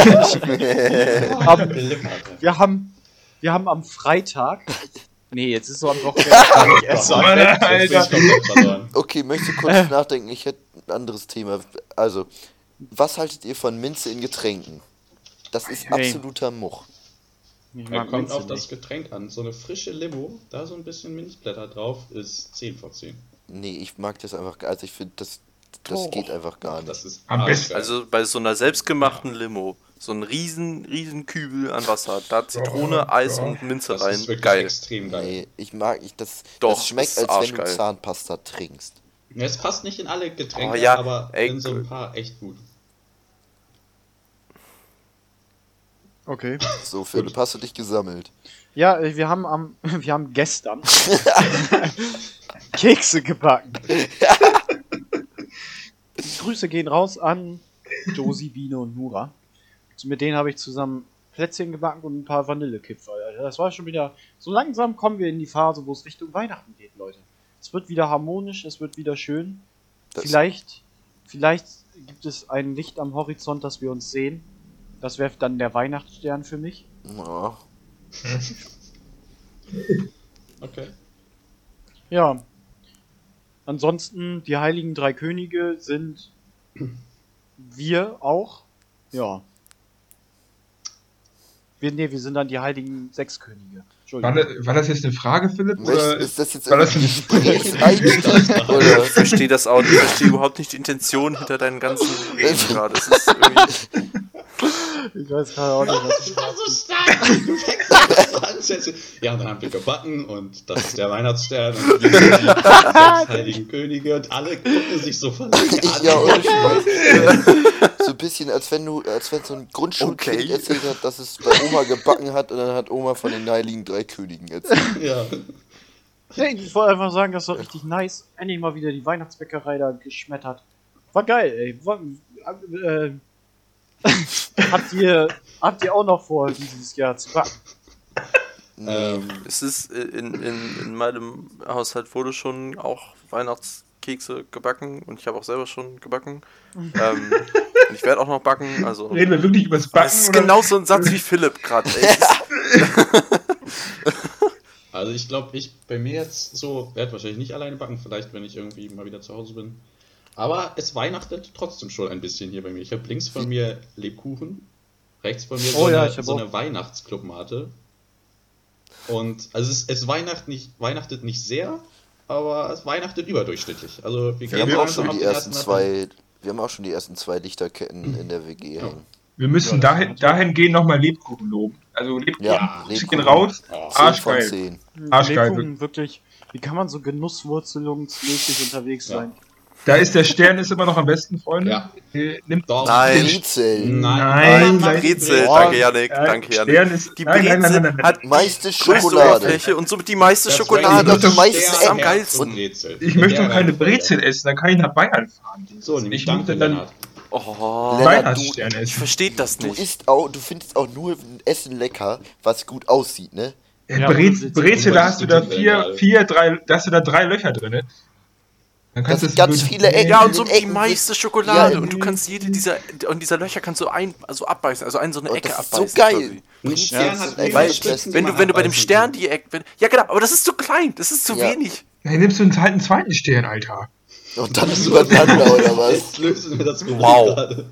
Am- Philipp, Alter. wir haben, wir haben am Freitag, nee, jetzt ist so am Wochenende gar nicht erst so Mann, Advent. Alter. Jetzt bin ich komplett verloren. Okay, möchte kurz nachdenken, ich hätte ein anderes Thema. Also, was haltet ihr von Minze in Getränken? Das ist Hey. absoluter Much. Ich Er mag kommt Minze auf das nicht. Getränk an. So eine frische Limo, da so ein bisschen Minzblätter drauf, ist zehn von zehn. Nee, ich mag das einfach, also ich finde, das, das Oh. geht einfach gar nicht. Das ist Am besten. Also bei so einer selbstgemachten Limo, so ein riesen, riesen Kübel an Wasser, da Zitrone, Ja, Eis ja. und Minze das rein. ist wirklich Geil. extrem geil. Nee, ich mag, ich, das, Doch, das schmeckt, das ist als wenn du arschgeil. Zahnpasta trinkst. Ja, es passt nicht in alle Getränke, Oh ja, aber ey, in so ein paar echt gut. Okay. So, Philipp, hast du dich gesammelt? Ja, äh, wir haben am, wir haben gestern Kekse gebacken. Grüße gehen raus an Josie, Biene und Nura. Also mit denen habe ich zusammen Plätzchen gebacken und ein paar Vanillekipferl. Alter. Das war schon wieder, so langsam kommen wir in die Phase, wo es Richtung Weihnachten geht, Leute. Es wird wieder harmonisch, es wird wieder schön. Das- Vielleicht, vielleicht gibt es ein Licht am Horizont, dass wir uns sehen. Das wäre dann der Weihnachtsstern für mich. Ja. Okay. Ja. Ansonsten, die heiligen drei Könige sind wir auch. Ja. Wir, nee, wir sind dann die heiligen sechs Könige. War, Entschuldigung. das, war das jetzt eine Frage, Philipp? Möchtest- Oder ist das jetzt war das ein ein Gesprächseinstieg? Ich Oder? verstehe das auch nicht, ich verstehe überhaupt nicht die Intention hinter deinen ganzen Reden gerade. Es ist irgendwie. Ich weiß gerade auch nicht, was Das war so stark. Du fängst an, an zu erzählen. Ja, und dann haben wir gebacken und das ist der Weihnachtsstern und wir sind die sechs heiligen Könige und alle gucken sich so verlegen an. Ja, ohne Scheiß. So ein bisschen, als wenn du, als wenn so ein Grundschulkind Okay. erzählt hat, dass es bei Oma gebacken hat und dann hat Oma von den heiligen drei Königen erzählt. Ja. Nee, ich wollte einfach sagen, das war richtig nice. Endlich mal wieder die Weihnachtsbäckerei da geschmettert. War geil, ey. War, äh, habt ihr, habt ihr auch noch vor, dieses Jahr zu backen? Ähm, Es ist äh, in, in, in meinem Haushalt wurde schon auch Weihnachtskekse gebacken und ich habe auch selber schon gebacken. ähm, und ich werde auch noch backen, also. Reden wir wirklich über das Backen? Das ist oder? genau so ein Satz wie Philipp gerade. Also ich glaube, ich bei mir jetzt so, werde wahrscheinlich nicht alleine backen, vielleicht wenn ich irgendwie mal wieder zu Hause bin. Aber es weihnachtet trotzdem schon ein bisschen hier bei mir. Ich habe links von mir Lebkuchen, rechts von mir so Oh ja, eine, ich hab so auch. eine Weihnachtsclubmate. Und also es, es Weihnacht nicht, weihnachtet nicht sehr, aber es weihnachtet überdurchschnittlich. Also wir Wir gehen haben auch langsam schon auf die den ersten Advent. zwei, wir haben auch schon die ersten zwei Lichterketten in der W G hängen. Wir müssen Ja, das dahin, hat- dahingehend nochmal Lebkuchen loben. Also Lebkuchen, Ja, Grüße Lebkuchen. gehen raus. Oh, zehn von Arschgeil. zehn. Arschgeil, Lebkuchen, wirklich. Wie kann man so genusswurzelungsmäßig unterwegs Ja. sein? Da ist der Stern ist immer noch am besten, Freunde. Ja. Äh, nimmt Doch. Nein. Brezel. Nein, Die nein, Brezel, Boah. danke Janik, Äh, danke Janik. Stern ist, Die nein, nein, Brezel nein, nein, nein. hat Meiste die größte Schokolade. Oberfläche und somit die meiste Das Schokolade. Ranking Das ist ist Stern, am Herz geilsten. und Brezel. Ich In möchte der doch keine Reihenfolge. Brezel essen, dann kann ich nach Bayern fahren. So, nämlich Ich danke, möchte dann Lennart. Oh, Lennart, Weihnachtsstern ich essen. verstehe das Du nicht. isst auch, du findest auch nur Essen lecker, was gut aussieht, ne? Ja, Ja, Brez, und- Brezel, da hast du da Was vier, ist das denn vier, drei, da hast du da drei Löcher drin. Dann Das kannst sind du ganz viele Ecken. Ja, in und so den die Ecken meiste sind- Schokolade. Ja, und du kannst jede dieser und dieser Löcher kannst du ein, also abbeißen, also eine so eine Oh, Ecke das ist abbeißen. so geil. quasi. Ein Stern das hat ist mehrere weil- Spitzen, die Wenn man du, wenn du bei dem abbeißen Stern kann. die Ecke, wenn, ja genau, aber das ist zu klein, das ist zu Ja. wenig. Dann nimmst du einen, halt einen zweiten Stern, Alter. Und dann ist übereinander, oder was? Jetzt lösen wir das Problem Wow. gerade.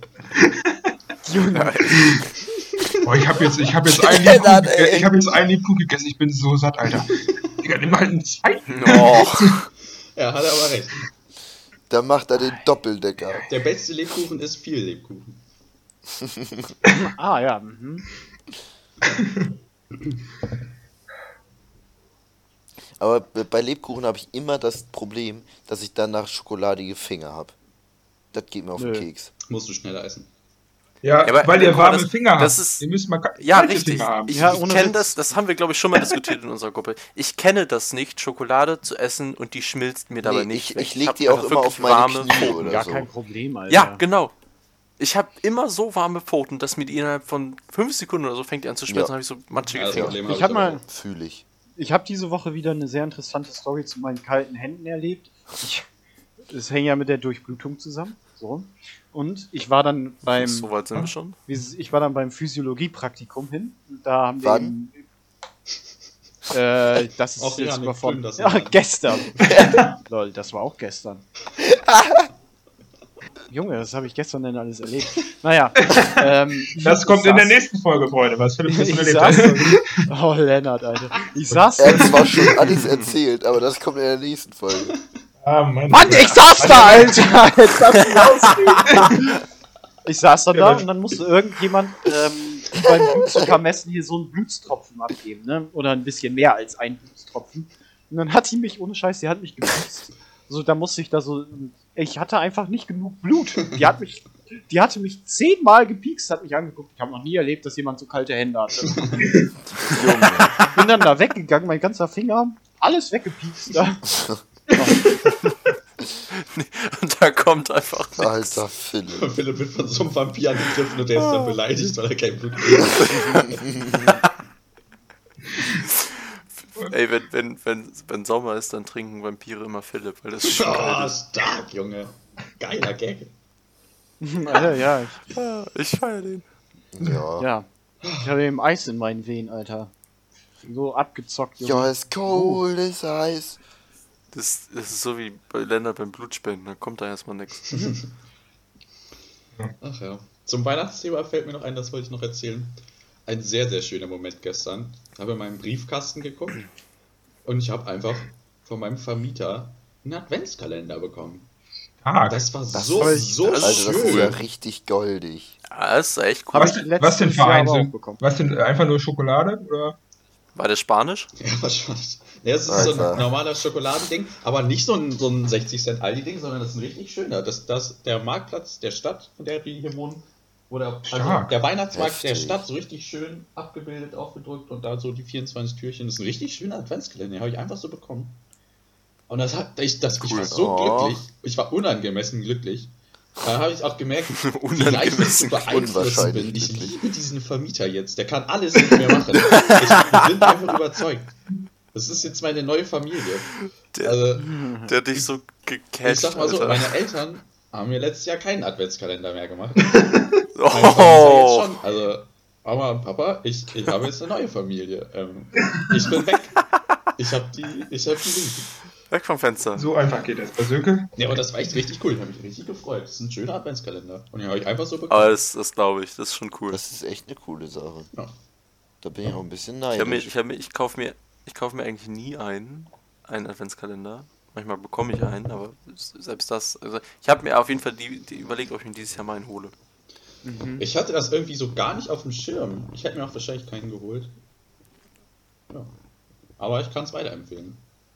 Boah, ich hab jetzt, ich hab jetzt einen Lennart, Lebkuchen, ey. ich hab jetzt einen Lebkuchen gegessen, ich bin so satt, Alter. Digga, nimm halt einen zweiten. Oh. Ja, hat er aber recht. Da macht er den Doppeldecker. Der beste Lebkuchen ist viel Lebkuchen. Ah, ja. Mhm. Aber bei Lebkuchen habe ich immer das Problem, dass ich danach schokoladige Finger habe. Das geht mir auf den Nö. Keks. Musst du schneller essen. Ja, Ja, aber- weil ihr guck mal, warme das- Finger das habt. ist- Ihr müsst mal ka- Ja, kalte richtig. Finger haben. Ich, Ja, ich ohne kenne Witz. das, das haben wir, glaube ich, schon mal diskutiert in unserer Gruppe. Ich kenne das nicht, Schokolade zu essen und die schmilzt mir dabei Nee, nicht. ich, weg. ich leg hab die auch einfach immer wirklich auf meine warme Knie Pfoten. oder Gar so. kein Problem, Alter. Ja, genau. Ich habe immer so warme Pfoten, dass mir die innerhalb von fünf Sekunden oder so fängt die an zu schmelzen, Ja. habe ich so matschige Ja, das Finger. Problem Ich hab hab aber mal- auch. Fühle ich. Ich habe diese Woche wieder eine sehr interessante Story zu meinen kalten Händen erlebt. Ich, das hängt ja mit der Durchblutung zusammen. So. Und ich war dann beim So weit sind wir schon. ich war dann beim Physiologiepraktikum hin. Und da haben wir Wann? eben, äh, das ist Auch jetzt Janik, überfordert. schön, dass du Ja, da- gestern. Lol, das war auch gestern. Junge, das habe ich gestern denn alles erlebt. Naja, ähm, Das ich kommt in der saß- nächsten Folge, Freunde, was Philipp gestern Ich erlebt saß hat. so, oh, Lennart, Alter. Ich saß Er hat zwar schon alles erzählt, aber das kommt in der nächsten Folge. Ah, Mann. Mann, ich saß da, Alter! Jetzt lass mich ausreden. Ich saß dann da und dann musste irgendjemand ähm, beim Blutzuckermessen hier so einen Blutstropfen abgeben, ne? Oder ein bisschen mehr als ein Blutstropfen. Und dann hat die mich, ohne Scheiß, die hat mich gepießt. So, da musste ich da so. Ich hatte einfach nicht genug Blut. Die hat mich. Die hatte mich zehnmal gepiekst, hat mich angeguckt. Ich habe noch nie erlebt, dass jemand so kalte Hände hatte. Junge. Bin dann da weggegangen, mein ganzer Finger, alles weggepiekst da. Und da kommt einfach nichts. Alter Philipp. Und Philipp wird von so einem Vampir angegriffen und der ist dann beleidigt, weil er kein Blut kriegt. Ey, wenn, wenn, wenn, wenn Sommer ist, dann trinken Vampire immer Philipp, weil das ist schon Oh, geil. stark, Junge. Geiler Gag. Alter, ja, ich, Ja, ich feier den. Ja. ja. Ich habe eben Eis in meinen Venen, Alter. So abgezockt, Junge. Ja, es cold, es heiß. Das, das ist so wie bei Ländern beim Blutspenden, da kommt da erstmal nichts. Ach ja. Zum Weihnachtsthema fällt mir noch ein, das wollte ich noch erzählen. Ein sehr, sehr schöner Moment gestern. Ich habe in meinen Briefkasten geguckt und ich habe einfach von meinem Vermieter einen Adventskalender bekommen. Ah, Das war Das so, ist- so das Also, das ist ja schön. richtig goldig. Ja, das ist echt cool. Hab was, ich denn- was denn letztes für Jahr ein? aber auch Sind- bekommen. Was denn? Einfach nur Schokolade? Oder? War der Spanisch? Ja, wahrscheinlich. Ja, es ist so Alter. ein normaler Schokoladending, aber nicht so ein, so ein sechzig Cent Aldi-Ding, sondern das ist ein richtig schöner. Das, das, der Marktplatz der Stadt, in der wir hier wohnen, wo der, also Stark. der Weihnachtsmarkt der Heftig. Stadt so richtig schön abgebildet, aufgedrückt und da so die vierundzwanzig Türchen. Das ist ein richtig schöner Adventskalender, den habe ich einfach so bekommen. Und das hat, ich, das, ich Cool. war so Oh. glücklich, ich war unangemessen glücklich. Da habe ich auch gemerkt, wie leicht ich Unangemessen zu beeinflussen unwahrscheinlich bin. Ich glücklich. liebe diesen Vermieter jetzt, der kann alles mit mir machen. Ich, wir sind einfach überzeugt. Das ist jetzt meine neue Familie. Der, Also, der hat dich so gecatcht, ich sag mal so, Alter. meine Eltern haben mir letztes Jahr keinen Adventskalender mehr gemacht. Meine Vermieter jetzt Oh, schon. Also, Mama und Papa, ich, ich habe jetzt eine neue Familie. Ähm, ich bin weg. Ich habe die, ich hab die lieb. weg vom Fenster. So einfach geht das. Bei Sönke? Ja, aber das war echt richtig cool. Ich habe mich richtig gefreut. Das ist ein schöner Adventskalender. Und den habe ich einfach so bekommen. Aber das, das glaube ich, das ist schon cool. Das ist echt eine coole Sache. Ja. Da bin ich auch ein bisschen Ich, hab mir, neidisch. ich, hab mir, ich kaufe mir, ich kauf mir eigentlich nie einen, einen Adventskalender. Manchmal bekomme ich einen, aber selbst das, also ich habe mir auf jeden Fall die, die überlegt, ob ich mir dieses Jahr mal einen hole. Ich hatte das irgendwie so gar nicht auf dem Schirm. Ich hätte mir auch wahrscheinlich keinen geholt. Ja. Aber ich kann es weiterempfehlen.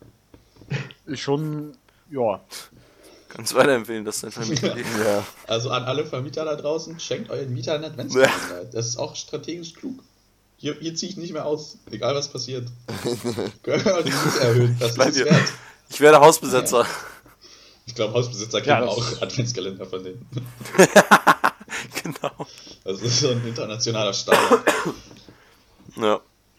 Ist schon, ja. Kannst weiterempfehlen, dass dein Familie Ja, Also an alle Vermieter da draußen, schenkt euren Mietern einen Adventskalender. Das ist auch strategisch klug. Hier, hier ziehe ich nicht mehr aus, egal was passiert. Können wir die Miete erhöhen, das Bleib ist es hier. wert. Ich werde Hausbesetzer. Ich glaube, Hausbesitzer kriegen Ja, das- auch Adventskalender von denen. Genau. Das ist so ein internationaler Standard. Ja.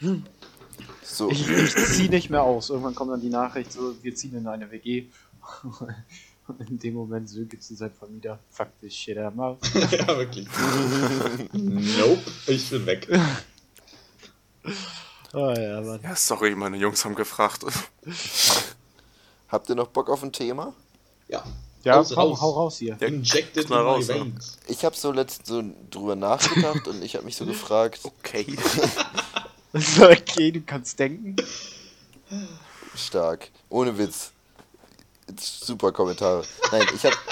so. Ich, ich ziehe nicht mehr aus. Irgendwann kommt dann die Nachricht, so, wir ziehen in eine W G. Und in dem Moment Sönke zu seinem Vermieter. Fuck this shit, I'm out. Ja, wirklich. Nope, ich bin weg. Oh ja, Mann. Ja, sorry, meine Jungs haben gefragt. Habt ihr noch Bock auf ein Thema? Ja, Ja, raus, komm, raus. hau raus hier. Ja, Injected in knall my raus, ja. veins. Ich habe so letztens so drüber nachgedacht und ich habe mich so gefragt, Okay. Okay, du kannst denken. stark, ohne Witz. Super Kommentare. Nein, ich habe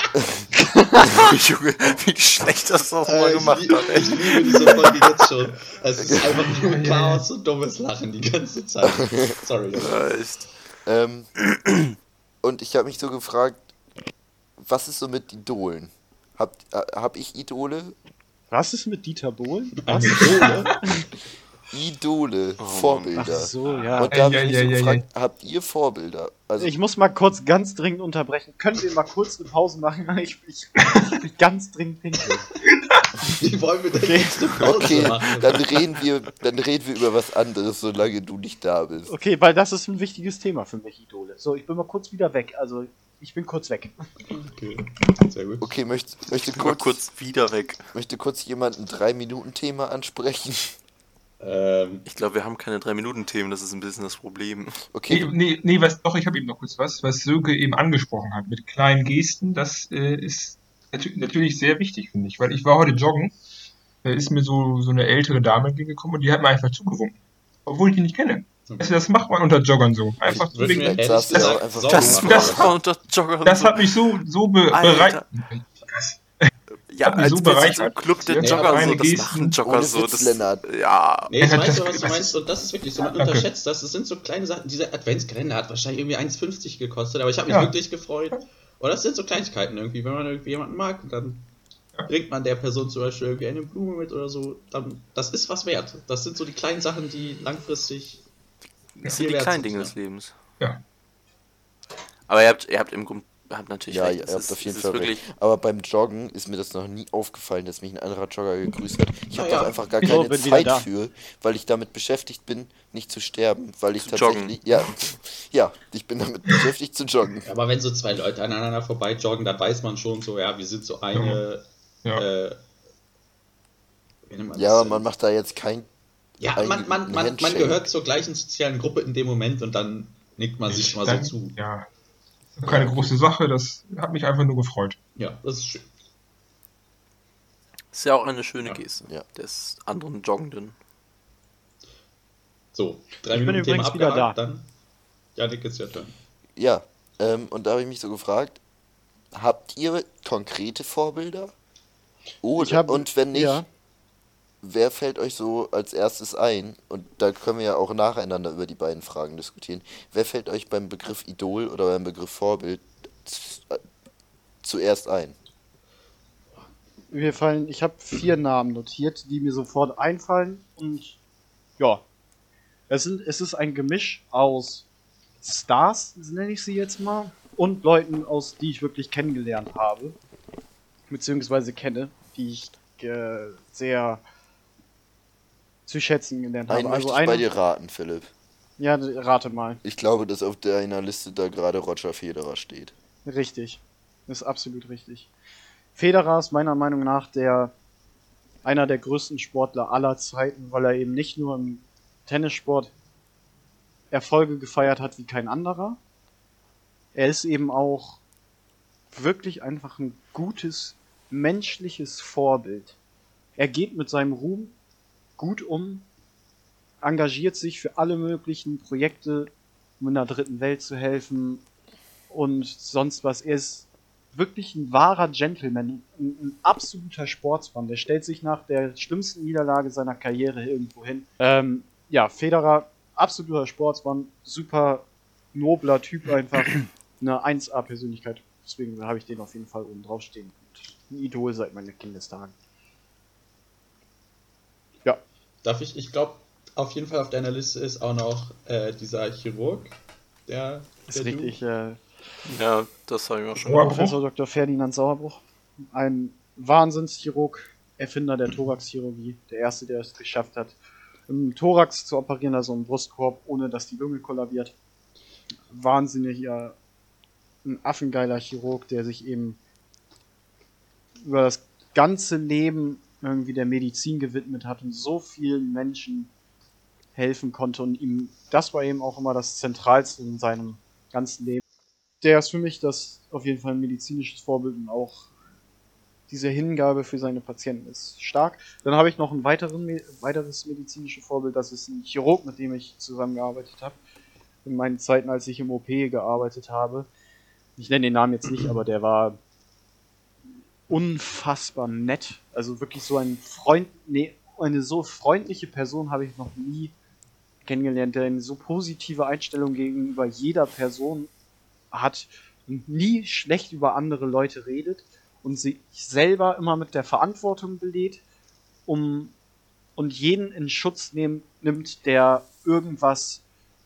Junge, wie schlecht das auch Äh, mal ich, gemacht lieb, hat, ich ey. liebe diese Folge jetzt schon. Es ist einfach nur Chaos und dummes Lachen die ganze Zeit. Sorry. Ja, echt. ähm, und ich habe mich so gefragt, was ist so mit Idolen? Habt, äh, hab ich Idole? Was ist mit Dieter Bohlen? Eine Idole? Idole, Oh, Ach Vorbilder. so, ja. Und da habe Ja, ich mich ja, so ja, gefragt, habt ihr Vorbilder? Also Ich muss mal kurz ganz dringend unterbrechen. Können wir mal kurz eine Pause machen? Ich, ich, ich will ganz dringend pinkeln. Wie wollen wir denn Okay. jetzt eine Pause okay, machen? dann reden wir, dann reden wir über was anderes, solange du nicht da bist. Okay, weil das ist ein wichtiges Thema für mich, Idole. So, ich bin mal kurz wieder weg. Also, ich bin kurz weg. Okay, sehr gut. Okay, möchte, möchte, Ich bin mal kurz, kurz wieder weg. möchte kurz jemand ein drei Minuten Thema ansprechen? Ähm, Ich glaube, wir haben keine drei Minuten Themen, das ist ein bisschen das Problem. Nee, Okay, nee, nee, was, doch, ich habe eben noch kurz was, was Sönke eben angesprochen hat, mit kleinen Gesten, das äh, ist natu- natürlich sehr wichtig, finde ich, weil ich war heute joggen, da ist mir so, so eine ältere Dame entgegengekommen und die hat mir einfach zugewunken, obwohl ich die nicht kenne. Also das macht man unter Joggern so, einfach ich würde mir zuwinken. Vielleicht ehrlich saß der gesagt auch einfach Sorgen Das- machen. Das war unter Joggern. Das so. hat mich so, so be Alter. bereichert. ja, hat mich als so wir sind bereichert. im Club der Nee, Jogger aber so, meine das Gesten machen Jogger ohne so. Witz, Das, Lennart. ja, Nee, ich Das- weiß das- aber, was du das- meinst und das ist wirklich so, man Danke. unterschätzt das. Das sind so kleine Sachen. Dieser Adventskalender hat wahrscheinlich irgendwie eins fünfzig gekostet, aber ich habe mich Ja. wirklich gefreut. Und das sind so Kleinigkeiten irgendwie, wenn man irgendwie jemanden mag, dann Ja. bringt man der Person zum Beispiel irgendwie eine Blume mit oder so, dann, das ist was wert. Das sind so die kleinen Sachen, die langfristig das sind die wert kleinen sind, Dinge ja. des Lebens. Ja. Aber ihr habt, ihr habt im Grunde habt natürlich Ja, recht. ihr es habt ist, auf jeden es Fall ist wirklich, recht. Aber beim Joggen ist mir das noch nie aufgefallen, dass mich ein anderer Jogger gegrüßt hat. Ich habe Ja, ja. doch einfach gar So, keine bin wieder Zeit da. für, weil ich damit beschäftigt bin, nicht zu sterben, weil ich Zu tatsächlich, ja, ja, ich bin damit beschäftigt zu joggen. Aber wenn so zwei Leute aneinander vorbei joggen, dann weiß man schon so, ja, wir sind so eine. Ja. Äh, wie nennt man Ja, das aber denn? man macht da jetzt kein, Ja, ein- man, man, ein man, man Handshake. gehört zur gleichen sozialen Gruppe in dem Moment und dann nickt man sich mal so Dann- zu. Ja. Das ist keine große Sache, das hat mich einfach nur gefreut. Ja, das ist schön. ist ja auch eine schöne Ja. Geste Ja. des anderen Joggenden. So, drei Ich bin Minuten Thema übrigens wieder abgehakt, da. dann. Ja, Nick ist ja dran. ja, ähm, und da habe ich mich so gefragt, habt ihr konkrete Vorbilder? Oder, Ich hab- und wenn nicht, ja. wer fällt euch so als erstes ein? Und da können wir ja auch nacheinander über die beiden Fragen diskutieren. Wer fällt euch beim Begriff Idol oder beim Begriff Vorbild z- äh, zuerst ein? Mir fallen, ich habe vier Namen notiert, die mir sofort einfallen und ja, es, sind, es ist ein Gemisch aus Stars, nenne ich sie jetzt mal, und Leuten, aus die ich wirklich kennengelernt habe, beziehungsweise kenne, die ich äh, sehr zu schätzen gelernt habe. Einen möchte Also ich bei einer, dir raten, Philipp. ja, rate mal, Ich glaube, dass auf deiner Liste da gerade Roger Federer steht. richtig, ist absolut richtig. Federer ist meiner Meinung nach der einer der größten Sportler aller Zeiten, weil er eben nicht nur im Tennissport Erfolge gefeiert hat wie kein anderer. Er ist eben auch wirklich einfach ein gutes menschliches Vorbild. Er geht mit seinem Ruhm gut um, engagiert sich für alle möglichen Projekte, um in der dritten Welt zu helfen und sonst was. Er ist wirklich ein wahrer Gentleman, ein, ein absoluter Sportsmann. Der stellt sich nach der schlimmsten Niederlage seiner Karriere irgendwo hin. Ähm, ja, Federer, absoluter Sportsmann, super nobler Typ einfach, eine eins A-Persönlichkeit. Deswegen habe ich den auf jeden Fall oben drauf stehen. Und ein Idol seit meinen Kindestagen. Ja, Darf ich? Ich glaube, auf jeden Fall auf deiner Liste ist auch noch äh, dieser Chirurg, der, ist der richtig. Äh, Ja, das habe ich mir auch schon Wow. gedacht. Professor Doktor Ferdinand Sauerbruch, ein Wahnsinnschirurg, Erfinder der Thoraxchirurgie, der erste, der es geschafft hat, im Thorax zu operieren, also im Brustkorb, ohne dass die Lunge kollabiert. Wahnsinniger, ein affengeiler Chirurg, der sich eben über das ganze Leben irgendwie der Medizin gewidmet hat und so vielen Menschen helfen konnte und ihm, das war eben auch immer das Zentralste in seinem ganzen Leben. Der ist für mich das auf jeden Fall ein medizinisches Vorbild und auch diese Hingabe für seine Patienten ist stark. Dann habe ich noch ein weiteren, weiteres medizinisches Vorbild, das ist ein Chirurg, mit dem ich zusammengearbeitet habe. In meinen Zeiten, als ich im O P gearbeitet habe. Ich nenne den Namen jetzt nicht, aber der war unfassbar nett. Also wirklich so ein Freund, nee, eine so freundliche Person habe ich noch nie kennengelernt, der eine so positive Einstellung gegenüber jeder Person hat und nie schlecht über andere Leute redet und sich selber immer mit der Verantwortung belädt, um und jeden in Schutz nehm, nimmt, der irgendwas,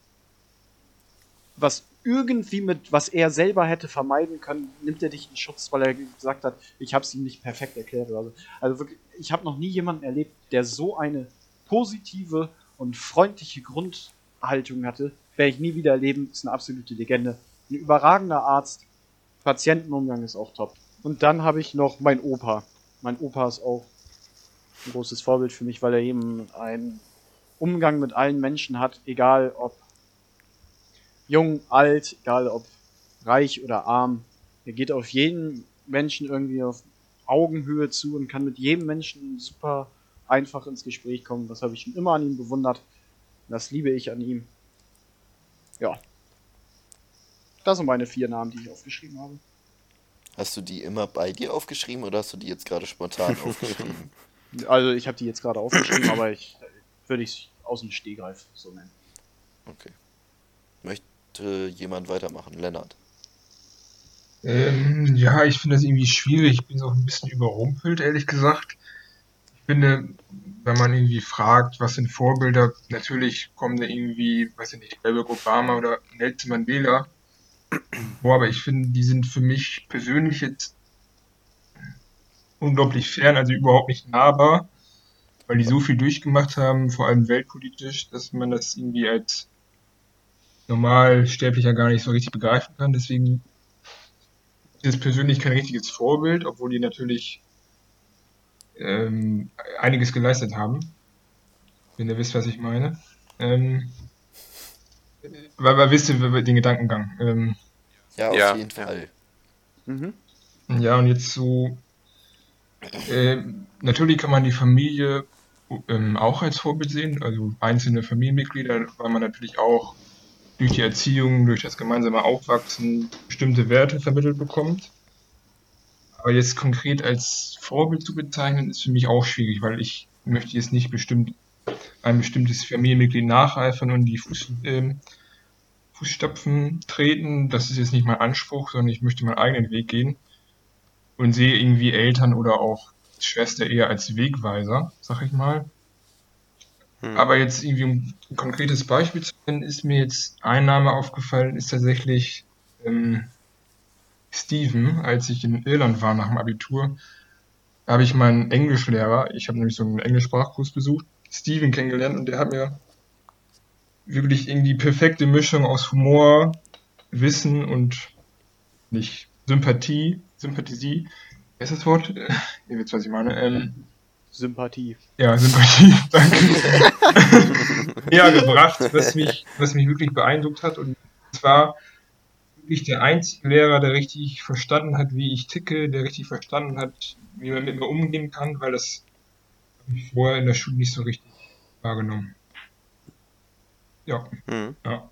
was irgendwie mit, was er selber hätte vermeiden können, nimmt er dich in Schutz, weil er gesagt hat, ich habe es ihm nicht perfekt erklärt oder so. Also wirklich, ich habe noch nie jemanden erlebt, der so eine positive und freundliche Grundhaltung hatte, werde ich nie wieder erleben, ist eine absolute Legende. Ein überragender Arzt, Patientenumgang ist auch top. Und dann habe ich noch meinen Opa. Mein Opa ist auch ein großes Vorbild für mich, weil er eben einen Umgang mit allen Menschen hat, egal ob jung, alt, egal ob reich oder arm. Er geht auf jeden Menschen irgendwie auf Augenhöhe zu und kann mit jedem Menschen super einfach ins Gespräch kommen. Das habe ich schon immer an ihm bewundert. Das liebe ich an ihm. Ja. Das sind meine vier Namen, die ich aufgeschrieben habe. Hast du die immer bei dir aufgeschrieben oder hast du die jetzt gerade spontan aufgeschrieben? Also ich habe die jetzt gerade aufgeschrieben, aber ich würde ich aus dem Stegreif so nennen. Okay. Möchte jemand weitermachen? Lennart. Ähm, ja, ich finde das irgendwie schwierig. Ich bin auch ein bisschen überrumpelt, ehrlich gesagt. Ich finde, wenn man irgendwie fragt, was sind Vorbilder, natürlich kommen da irgendwie, weiß ich nicht, Barack Obama oder Nelson Mandela. Boah, aber ich finde, die sind für mich persönlich jetzt unglaublich fern, also überhaupt nicht nahbar, weil die so viel durchgemacht haben, vor allem weltpolitisch, dass man das irgendwie als Normalsterblicher gar nicht so richtig begreifen kann. Deswegen ist es persönlich kein richtiges Vorbild, obwohl die natürlich ähm, einiges geleistet haben, wenn ihr wisst, was ich meine. Ähm, weil, weil wisst ihr den Gedankengang. Ähm, Ja, auf Ja, jeden ja. Fall. Mhm. ja, und jetzt so, ähm, natürlich kann man die Familie ähm, auch als Vorbild sehen, also einzelne Familienmitglieder, weil man natürlich auch durch die Erziehung, durch das gemeinsame Aufwachsen bestimmte Werte vermittelt bekommt. Aber jetzt konkret als Vorbild zu bezeichnen, ist für mich auch schwierig, weil ich möchte jetzt nicht bestimmt ein bestimmtes Familienmitglied nacheifern und die Fuß, ähm, Fußstapfen treten. Das ist jetzt nicht mein Anspruch, sondern ich möchte meinen eigenen Weg gehen und sehe irgendwie Eltern oder auch Schwester eher als Wegweiser, sag ich mal. Hm. Aber jetzt irgendwie, um ein konkretes Beispiel zu nennen, ist mir jetzt ein Name aufgefallen, ist tatsächlich ähm, Steven. Als ich in Irland war nach dem Abitur, habe ich meinen Englischlehrer, ich habe nämlich so einen Englischsprachkurs besucht, Steven kennengelernt und der hat mir wirklich irgendwie die perfekte Mischung aus Humor, Wissen und nicht Sympathie, Sympathie, ist das Wort? Äh, Ihr wisst, was ich meine. Ähm, Sympathie. ja, Sympathie, danke. Ja, gebracht, was mich, was mich wirklich beeindruckt hat. Und zwar wirklich der einzige Lehrer, der richtig verstanden hat, wie ich ticke, der richtig verstanden hat, wie man mit mir umgehen kann, weil das habe ich vorher in der Schule nicht so richtig wahrgenommen. Ja, Hm. ja.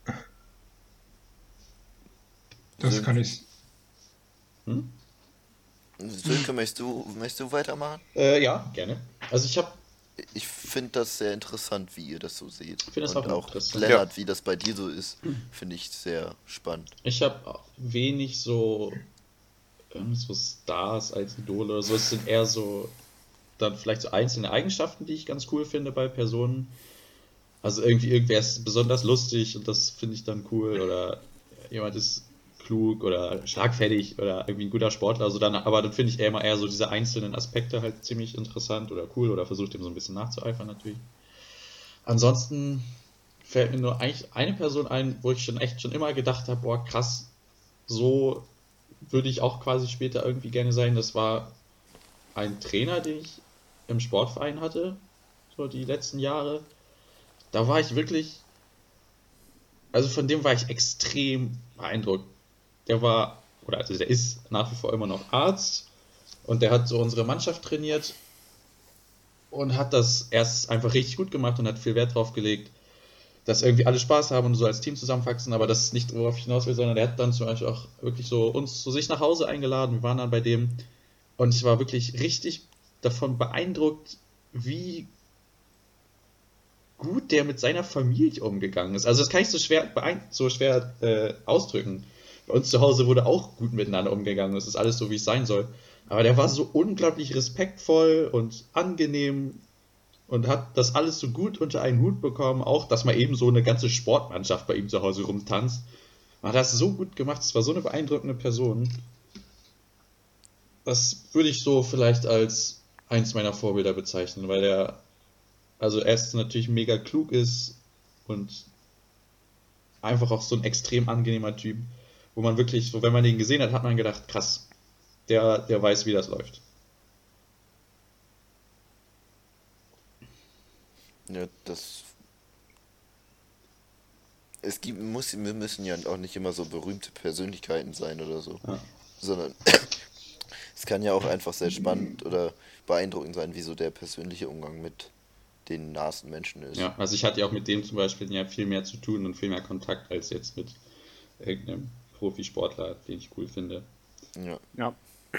Das Sön- kann ich. Hm? Sönke, möchtest du, möchtest du weitermachen? Äh, ja, gerne. Also ich habe, Ich finde das sehr interessant, wie ihr das so seht. Ich finde das Und auch auch interessant. Lennart, wie das bei dir so ist, finde ich sehr spannend. ich habe wenig so, ähm, so Stars als Idole oder so. Es sind eher so dann vielleicht so einzelne Eigenschaften, die ich ganz cool finde bei Personen. Also irgendwie irgendwer ist besonders lustig und das finde ich dann cool oder jemand ist klug oder schlagfertig oder irgendwie ein guter Sportler. Also dann, aber dann finde ich eher immer eher so diese einzelnen Aspekte halt ziemlich interessant oder cool oder versucht dem so ein bisschen nachzueifern natürlich. Ansonsten fällt mir nur eigentlich eine Person ein, wo ich schon echt schon immer gedacht habe, boah krass, so würde ich auch quasi später irgendwie gerne sein. Das war ein Trainer, den ich im Sportverein hatte, so die letzten Jahre. Da war ich wirklich, also von dem war ich extrem beeindruckt. Der war, oder also der ist nach wie vor immer noch Arzt und der hat so unsere Mannschaft trainiert und hat das erst einfach richtig gut gemacht und hat viel Wert drauf gelegt, dass irgendwie alle Spaß haben und so als Team zusammenwachsen, aber das ist nicht, worauf ich hinaus will, sondern der hat dann zum Beispiel auch wirklich so uns zu sich nach Hause eingeladen. Wir waren dann bei dem und ich war wirklich richtig davon beeindruckt, wie gut der mit seiner Familie umgegangen ist. Also das kann ich so schwer, beein- so schwer äh, ausdrücken. Bei uns zu Hause wurde auch gut miteinander umgegangen. Das ist alles so, wie es sein soll. Aber der war so unglaublich respektvoll und angenehm und hat das alles so gut unter einen Hut bekommen. Auch, dass mal eben so eine ganze Sportmannschaft bei ihm zu Hause rumtanzt. Man hat das so gut gemacht. Es war so eine beeindruckende Person. Das würde ich so vielleicht als eins meiner Vorbilder bezeichnen, weil der, also erst natürlich mega klug ist und einfach auch so ein extrem angenehmer Typ, wo man wirklich, so wenn man den gesehen hat, hat man gedacht, krass, der, der weiß, wie das läuft. Ja, das. Es gibt, muss, wir müssen ja auch nicht immer so berühmte Persönlichkeiten sein oder so, Ja. sondern es kann ja auch einfach sehr spannend oder beeindruckend sein, wie so der persönliche Umgang mit den nahesten Menschen ist. Ja, also ich hatte ja auch mit dem zum Beispiel ja viel mehr zu tun und viel mehr Kontakt als jetzt mit irgendeinem Profisportler, den ich cool finde. Ja. Ja.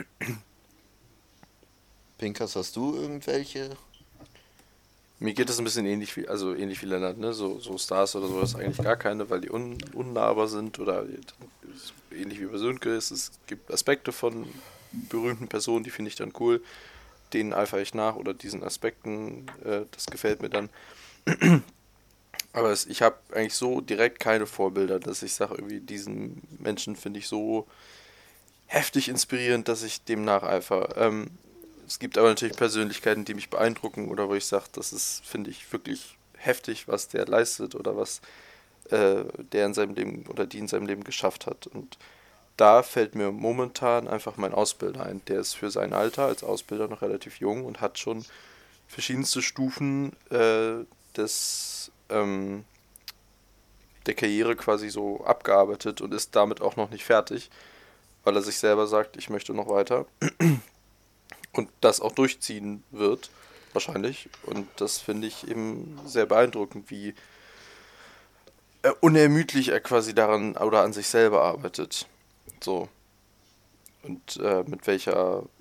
Pinkas, hast du irgendwelche? Mir geht es ein bisschen ähnlich wie, also ähnlich wie Lennart, ne? So, so Stars oder sowas eigentlich gar keine, weil die un, unnahbar sind oder ähnlich wie bei Sönke ist. Es gibt Aspekte von berühmten Personen, die finde ich dann cool. Denen eifere ich nach oder diesen Aspekten, äh, das gefällt mir dann. Aber es, ich habe eigentlich so direkt keine Vorbilder, dass ich sage, irgendwie diesen Menschen finde ich so heftig inspirierend, dass ich dem nacheifere. Ähm, es gibt aber natürlich Persönlichkeiten, die mich beeindrucken oder wo ich sage, das ist, finde ich, wirklich heftig, was der leistet oder was äh, der in seinem Leben oder die in seinem Leben geschafft hat. Und da fällt mir momentan einfach mein Ausbilder ein. Der ist für sein Alter als Ausbilder noch relativ jung und hat schon verschiedenste Stufen äh, des ähm, der Karriere quasi so abgearbeitet und ist damit auch noch nicht fertig, weil er sich selber sagt, ich möchte noch weiter und das auch durchziehen wird, wahrscheinlich. Und das finde ich eben sehr beeindruckend, wie äh, unermüdlich er quasi daran oder an sich selber arbeitet. So. Und äh, mit welcher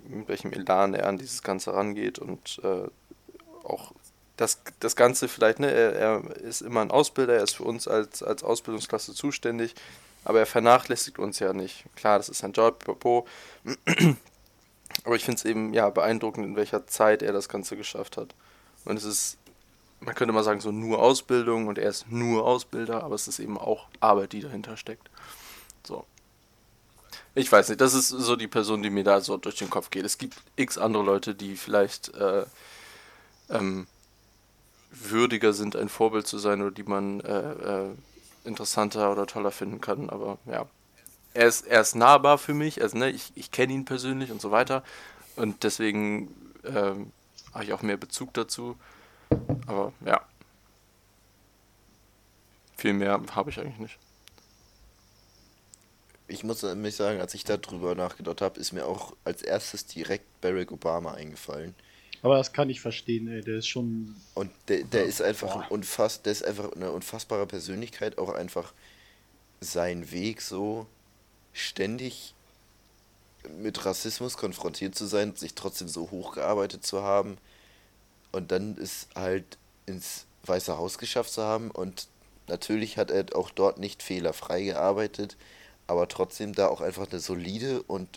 mit welchem Elan er an dieses Ganze rangeht und äh, auch das, das Ganze vielleicht, ne, er, er ist immer ein Ausbilder, er ist für uns als, als Ausbildungsklasse zuständig, aber er vernachlässigt uns ja nicht. Klar, das ist sein Job, pipapo. Aber ich finde es eben, ja, beeindruckend, in welcher Zeit er das Ganze geschafft hat. Und es ist, man könnte mal sagen, so nur Ausbildung und er ist nur Ausbilder, aber es ist eben auch Arbeit, die dahinter steckt. So. Ich weiß nicht, das ist so die Person, die mir da so durch den Kopf geht. Es gibt x andere Leute, die vielleicht äh, ähm, würdiger sind, ein Vorbild zu sein oder die man äh, äh, interessanter oder toller finden kann, aber ja. Er ist, er ist nahbar für mich, also ne, ich, ich kenne ihn persönlich und so weiter und deswegen ähm, habe ich auch mehr Bezug dazu, aber ja. Viel mehr habe ich eigentlich nicht. Ich muss nämlich sagen, als ich darüber nachgedacht habe, ist mir auch als erstes direkt Barack Obama eingefallen. Aber das kann ich verstehen, ey. Der ist schon. Und der, der ist einfach Boah. ein unfass, der ist einfach eine unfassbare Persönlichkeit, auch einfach sein Weg so ständig mit Rassismus konfrontiert zu sein, sich trotzdem so hochgearbeitet zu haben und dann es halt ins Weiße Haus geschafft zu haben und natürlich hat er auch dort nicht fehlerfrei gearbeitet, aber trotzdem da auch einfach eine solide und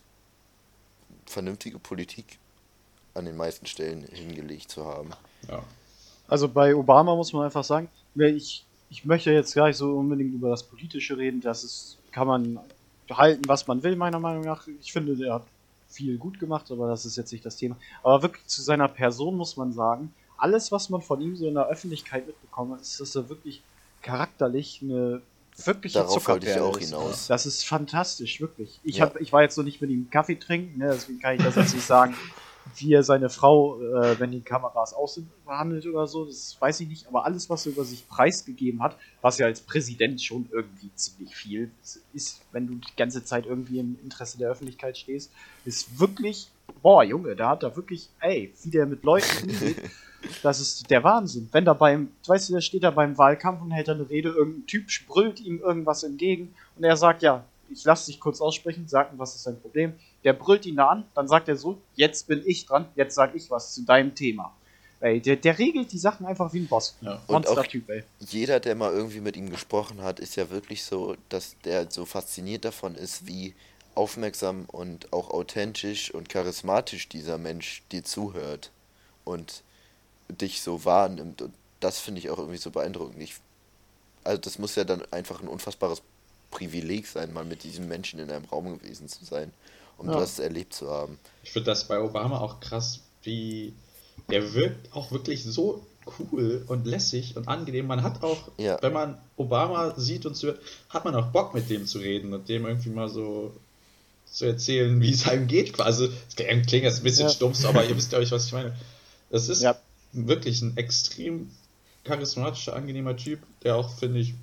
vernünftige Politik an den meisten Stellen hingelegt zu haben. Ja. Also bei Obama muss man einfach sagen, ich, ich möchte jetzt gar nicht so unbedingt über das Politische reden, das ist, kann man halten, was man will, meiner Meinung nach. Ich finde, der hat viel gut gemacht, aber das ist jetzt nicht das Thema. Aber wirklich zu seiner Person muss man sagen, alles, was man von ihm so in der Öffentlichkeit mitbekommen hat, ist, dass er wirklich charakterlich eine wirkliche Darauf wollte ich Zuckerperle auch ist. hinaus. Das ist fantastisch, wirklich. Ich, Ja. hab, ich war jetzt noch nicht mit ihm Kaffee trinken, ne, deswegen kann ich das jetzt nicht sagen, wie er seine Frau, äh, wenn die Kameras aus sind, behandelt oder so, das weiß ich nicht, aber alles, was er über sich preisgegeben hat, was ja als Präsident schon irgendwie ziemlich viel ist, wenn du die ganze Zeit irgendwie im Interesse der Öffentlichkeit stehst, ist wirklich, boah, Junge, da hat er wirklich, ey, wie der mit Leuten umgeht, das ist der Wahnsinn. Wenn da beim, weißt du, da steht da beim Wahlkampf und hält da eine Rede, irgendein Typ brüllt ihm irgendwas entgegen und er sagt, ja, ich lasse dich kurz aussprechen, sag ihm, was ist dein Problem. Der brüllt ihn da an, dann sagt er so, jetzt bin ich dran, jetzt sag ich was zu deinem Thema. Ey, der, der regelt die Sachen einfach wie ein Boss. Ja. Und auch Monster-Typ, ey. jeder, der mal irgendwie mit ihm gesprochen hat, ist ja wirklich so, dass der so fasziniert davon ist, wie aufmerksam und auch authentisch und charismatisch dieser Mensch dir zuhört und dich so wahrnimmt. Und das finde ich auch irgendwie so beeindruckend. Ich, also das muss ja dann einfach ein unfassbares Privileg sein, mal mit diesem Menschen in einem Raum gewesen zu sein, um Ja. das erlebt zu haben. Ich finde das bei Obama auch krass, wie der wirkt auch wirklich so cool und lässig und angenehm. Man hat auch, Ja. wenn man Obama sieht und so, hat man auch Bock mit dem zu reden und dem irgendwie mal so zu erzählen, wie es einem geht quasi. Das klingt jetzt ein bisschen Ja. stumpf, aber ihr wisst ja euch, was ich meine. Das ist Ja. wirklich ein extrem charismatischer, angenehmer Typ, der auch, finde ich,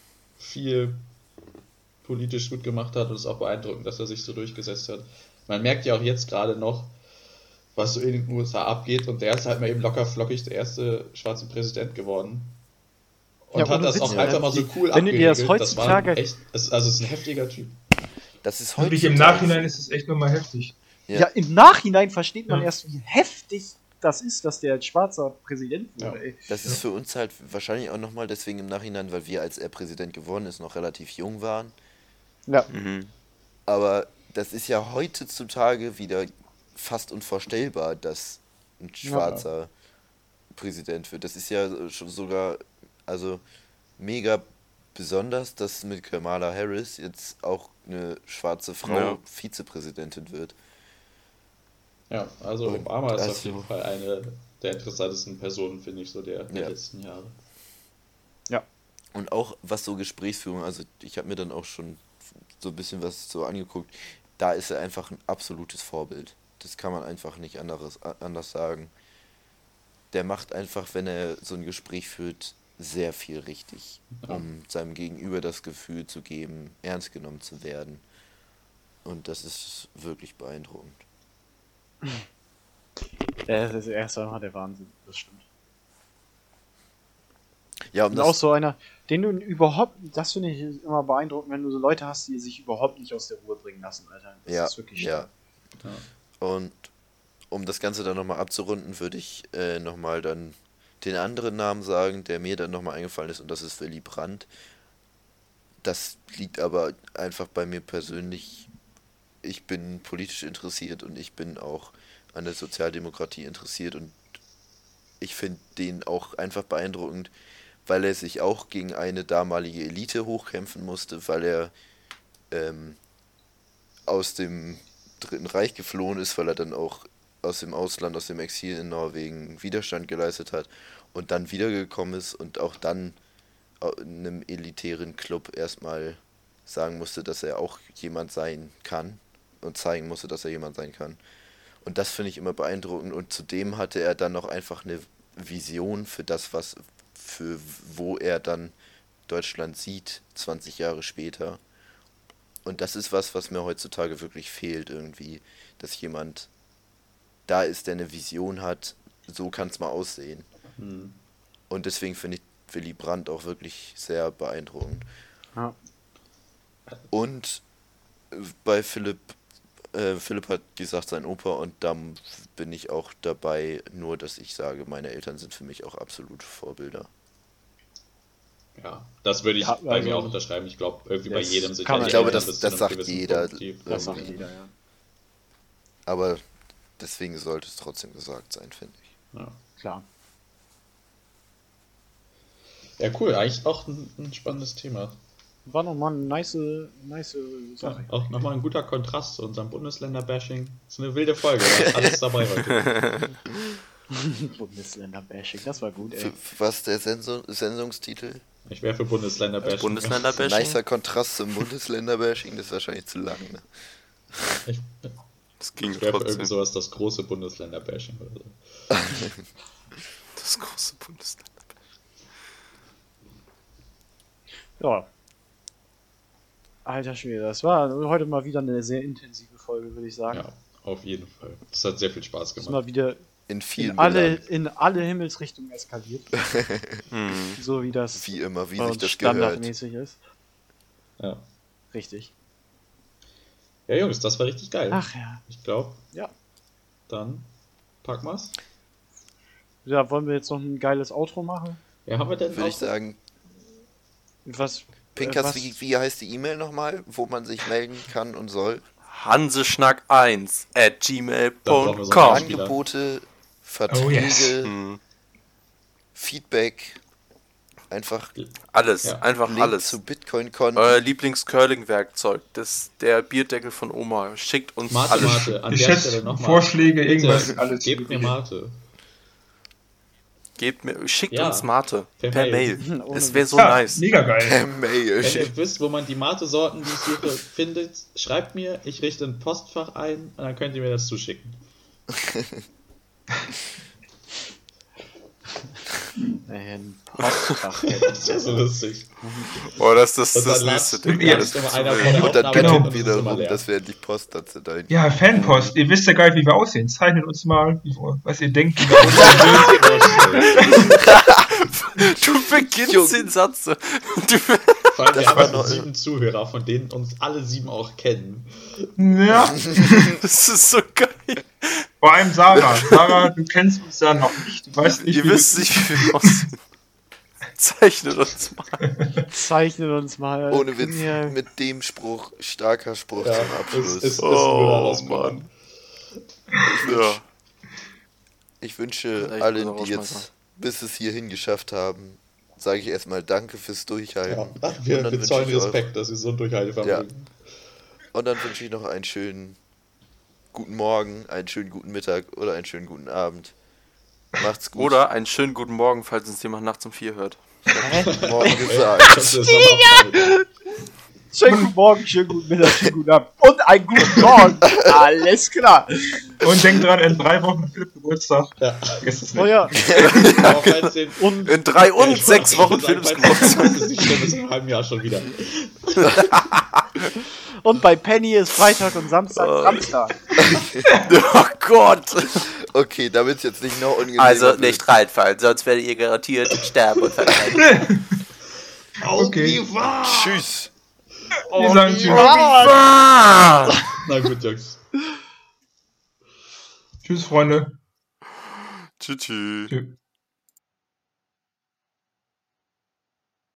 viel politisch gut gemacht hat und es ist auch beeindruckend, dass er sich so durchgesetzt hat. Man merkt ja auch jetzt gerade noch, was so in den U S A abgeht und der ist halt mal eben locker flockig der erste schwarze Präsident geworden. Und Ja, hat ohne das Witz, auch ne? einfach mal so Die- cool wenn du dir das abgeregelt. Das war heutzutage- echt, es- also es ist ein heftiger Typ. Das ist Wirklich heutzutage... im Nachhinein ist es echt nochmal heftig. Ja. Ja. im Nachhinein versteht man Ja. erst, wie heftig das ist, dass der als schwarzer Präsident wurde, Ja. ey. Das ist für uns halt wahrscheinlich auch nochmal deswegen im Nachhinein, weil wir, als er Präsident geworden ist, noch relativ jung waren. Ja. Mhm. Aber das ist ja heutzutage wieder fast unvorstellbar, dass ein schwarzer Präsident wird. Das ist ja schon sogar, also mega besonders, dass mit Kamala Harris jetzt auch eine schwarze Frau Ja. Vizepräsidentin wird. Ja, also Und Obama ist also- auf jeden Fall eine der interessantesten Personen, finde ich, so der, der Ja. letzten Jahre. Und auch was so Gesprächsführung, also ich habe mir dann auch schon so ein bisschen was so angeguckt, da ist er einfach ein absolutes Vorbild. Das kann man einfach nicht anderes, anders sagen. Der macht einfach, wenn er so ein Gespräch führt, sehr viel richtig, Ja. um seinem Gegenüber das Gefühl zu geben, ernst genommen zu werden. Und das ist wirklich beeindruckend. Er ist erst einmal der Wahnsinn, das stimmt. Ja, um Und auch das, so einer, den du überhaupt, das finde ich immer beeindruckend, wenn du so Leute hast, die sich überhaupt nicht aus der Ruhe bringen lassen, Alter. Das ja, ist wirklich ja. stark. Ja. Und um das Ganze dann nochmal abzurunden, würde ich äh, nochmal dann den anderen Namen sagen, der mir dann nochmal eingefallen ist, und das ist Willy Brandt. Das liegt aber einfach bei mir persönlich. Ich bin politisch interessiert und ich bin auch an der Sozialdemokratie interessiert und ich finde den auch einfach beeindruckend, weil er sich auch gegen eine damalige Elite hochkämpfen musste, weil er ähm, aus dem Dritten Reich geflohen ist, weil er dann auch aus dem Ausland, aus dem Exil in Norwegen Widerstand geleistet hat und dann wiedergekommen ist und auch dann in einem elitären Club erstmal sagen musste, dass er auch jemand sein kann und zeigen musste, dass er jemand sein kann. Und das finde ich immer beeindruckend und zudem hatte er dann noch einfach eine Vision für das, was für wo er dann Deutschland sieht, zwanzig Jahre später. Und das ist was, was mir heutzutage wirklich fehlt irgendwie, dass jemand da ist, der eine Vision hat, so kann es mal aussehen. Hm. Und deswegen finde ich Willy Brandt auch wirklich sehr beeindruckend. Ja. Und bei Philipp, äh, Philipp hat gesagt, sein Opa, und da bin ich auch dabei, nur dass ich sage, meine Eltern sind für mich auch absolute Vorbilder. Ja, das würde ich Ja, bei also- mir auch unterschreiben. Ich glaube, irgendwie bei Das jedem sind kann ja man- die Ich glaube, Eltern das- bis zu das einem sagt gewissen jeder. Punkt, die- Das sagt Irgendwie. jeder, ja. Aber deswegen sollte es trotzdem gesagt sein, finde ich. Ja. Klar. Ja, cool. Eigentlich auch ein, ein spannendes Thema. War nochmal eine nice, nice Ja, Sache. auch nochmal ein guter Kontrast zu unserem Bundesländer-Bashing. Das ist eine wilde Folge. Da ist alles dabei heute. Bundesländer-Bashing, das war gut, ey. Für, was der Sendung, Sendungstitel? Ich wäre für Bundesländer-Bashing. Bundesländer-Bashing. Nicer Kontrast zum Bundesländer-Bashing, das ist wahrscheinlich zu lang, ne? Ich, Das ging ich wäre für irgendwie trotzdem. sowas das große Bundesländer-Bashing oder so. Das große Bundesländer. Ja. Alter Schwede, das war heute mal wieder eine sehr intensive Folge, würde ich sagen. Ja, auf jeden Fall. Das hat sehr viel Spaß Ist gemacht. mal wieder In vielen in alle, Belangen. in alle Himmelsrichtungen eskaliert. Hm. So wie das Wie immer, wie bei sich uns das gehört. standardmäßig ist. Ja. Richtig. ja, Jungs, das war richtig geil. Ach ja. Ich glaube, Ja. dann packen wir's. Ja, wollen wir jetzt noch ein geiles Outro machen? Ja, haben wir denn Würde ich auch- sagen, Was? Pinkas, äh, was- wie, wie heißt die E-Mail nochmal, wo man sich melden kann und soll? Hanseschnack eins at gmail brauchen wir punkt so com. einen Spieler. Angebote, Verträge, Oh, yes. Hm. Feedback, einfach Alles, Ja. einfach Link alles. zu Bitcoin-Konten. Euer Lieblings-Curling-Werkzeug, das der Bierdeckel von Oma. Schickt uns Mate, alles. Mate, an Ich der schätze, Stelle nochmal. Vorschläge, irgendwas, alles. Gebt mir Mate. Gebt mir, schickt Ja. uns Mate. Per Per, Mail. Mail. Ohne Es wäre so Ja, nice. mega geil. Per Mail. Wenn ihr wisst, wo man die Mate-Sorten, die ich suche, findet, schreibt mir, ich richte ein Postfach ein und dann könnt ihr mir das zuschicken. Ein Postfach hätte Das ist so lustig. Oh, das ist das, Und dann das lasst- nächste Ding. Ja, Alles immer zu einer wild. vor der Und dann Aufnahme Genau. und bitten es wir ist immer darum, leer. dass wir endlich Post dazu dahin. Ja, Fanpost. Ihr wisst ja gar nicht, wie wir aussehen. Zeichnet uns mal, wie- was ihr denkt, wie wir aussehen. Du beginnst Junge. den Satz. so. Du, Vor allem, Das wir haben war also noch- sieben Zuhörer, von denen uns alle sieben auch kennen. Ja, das ist so geil. vor allem Sarah. Sarah, du kennst uns ja noch nicht. Du weißt nicht, Ihr wie wisst nicht, wie wir aussehen. Zeichnet uns mal. Zeichnet uns mal. Ohne Witz, Ja. mit dem Spruch, starker Spruch Ja, zum es Abschluss. ist, ist Oh, das Mann. Ja. Ich wünsche Vielleicht allen, mal die rausschmeißen. jetzt bis es hierhin geschafft haben, sage ich erstmal Danke fürs Durchhalten. Ja, Und wir, dann wir wünsche zollen ich euch- Respekt, dass wir so ein Durchhaltevermögen. Und dann wünsche ich noch einen schönen guten Morgen, einen schönen guten Mittag oder einen schönen guten Abend. Macht's gut. Oder einen schönen guten Morgen, falls uns jemand nachts um vier hört. morgen Kannst gesagt. du das noch abhalten? Schönen guten Morgen, schönen guten Mittag, schönen guten Abend. Und einen guten Morgen. Alles klar. Und denk dran, in drei Wochen Philipp Geburtstag. Ja. Vergiss es Oh nicht. ja. Auch falls den- Und In drei und Ich sechs wollte Wochen sagen, Philipps falls- Geburtstag. Das ist nicht schlimm, ist in einem halben Jahr schon wieder. Und bei Penny ist Freitag und Samstag Oh. Samstag. Oh Gott. Okay, damit es jetzt nicht noch unangenehmer Also wird. nicht reinfallen, sonst werdet ihr garantiert sterben und verteidigen. Okay. Wie wahr? Tschüss. Wir sagen Tschüss. Ah! Na gut, Jungs. Tschüss. Tschüss, Freunde. Tschüss. Tschüss.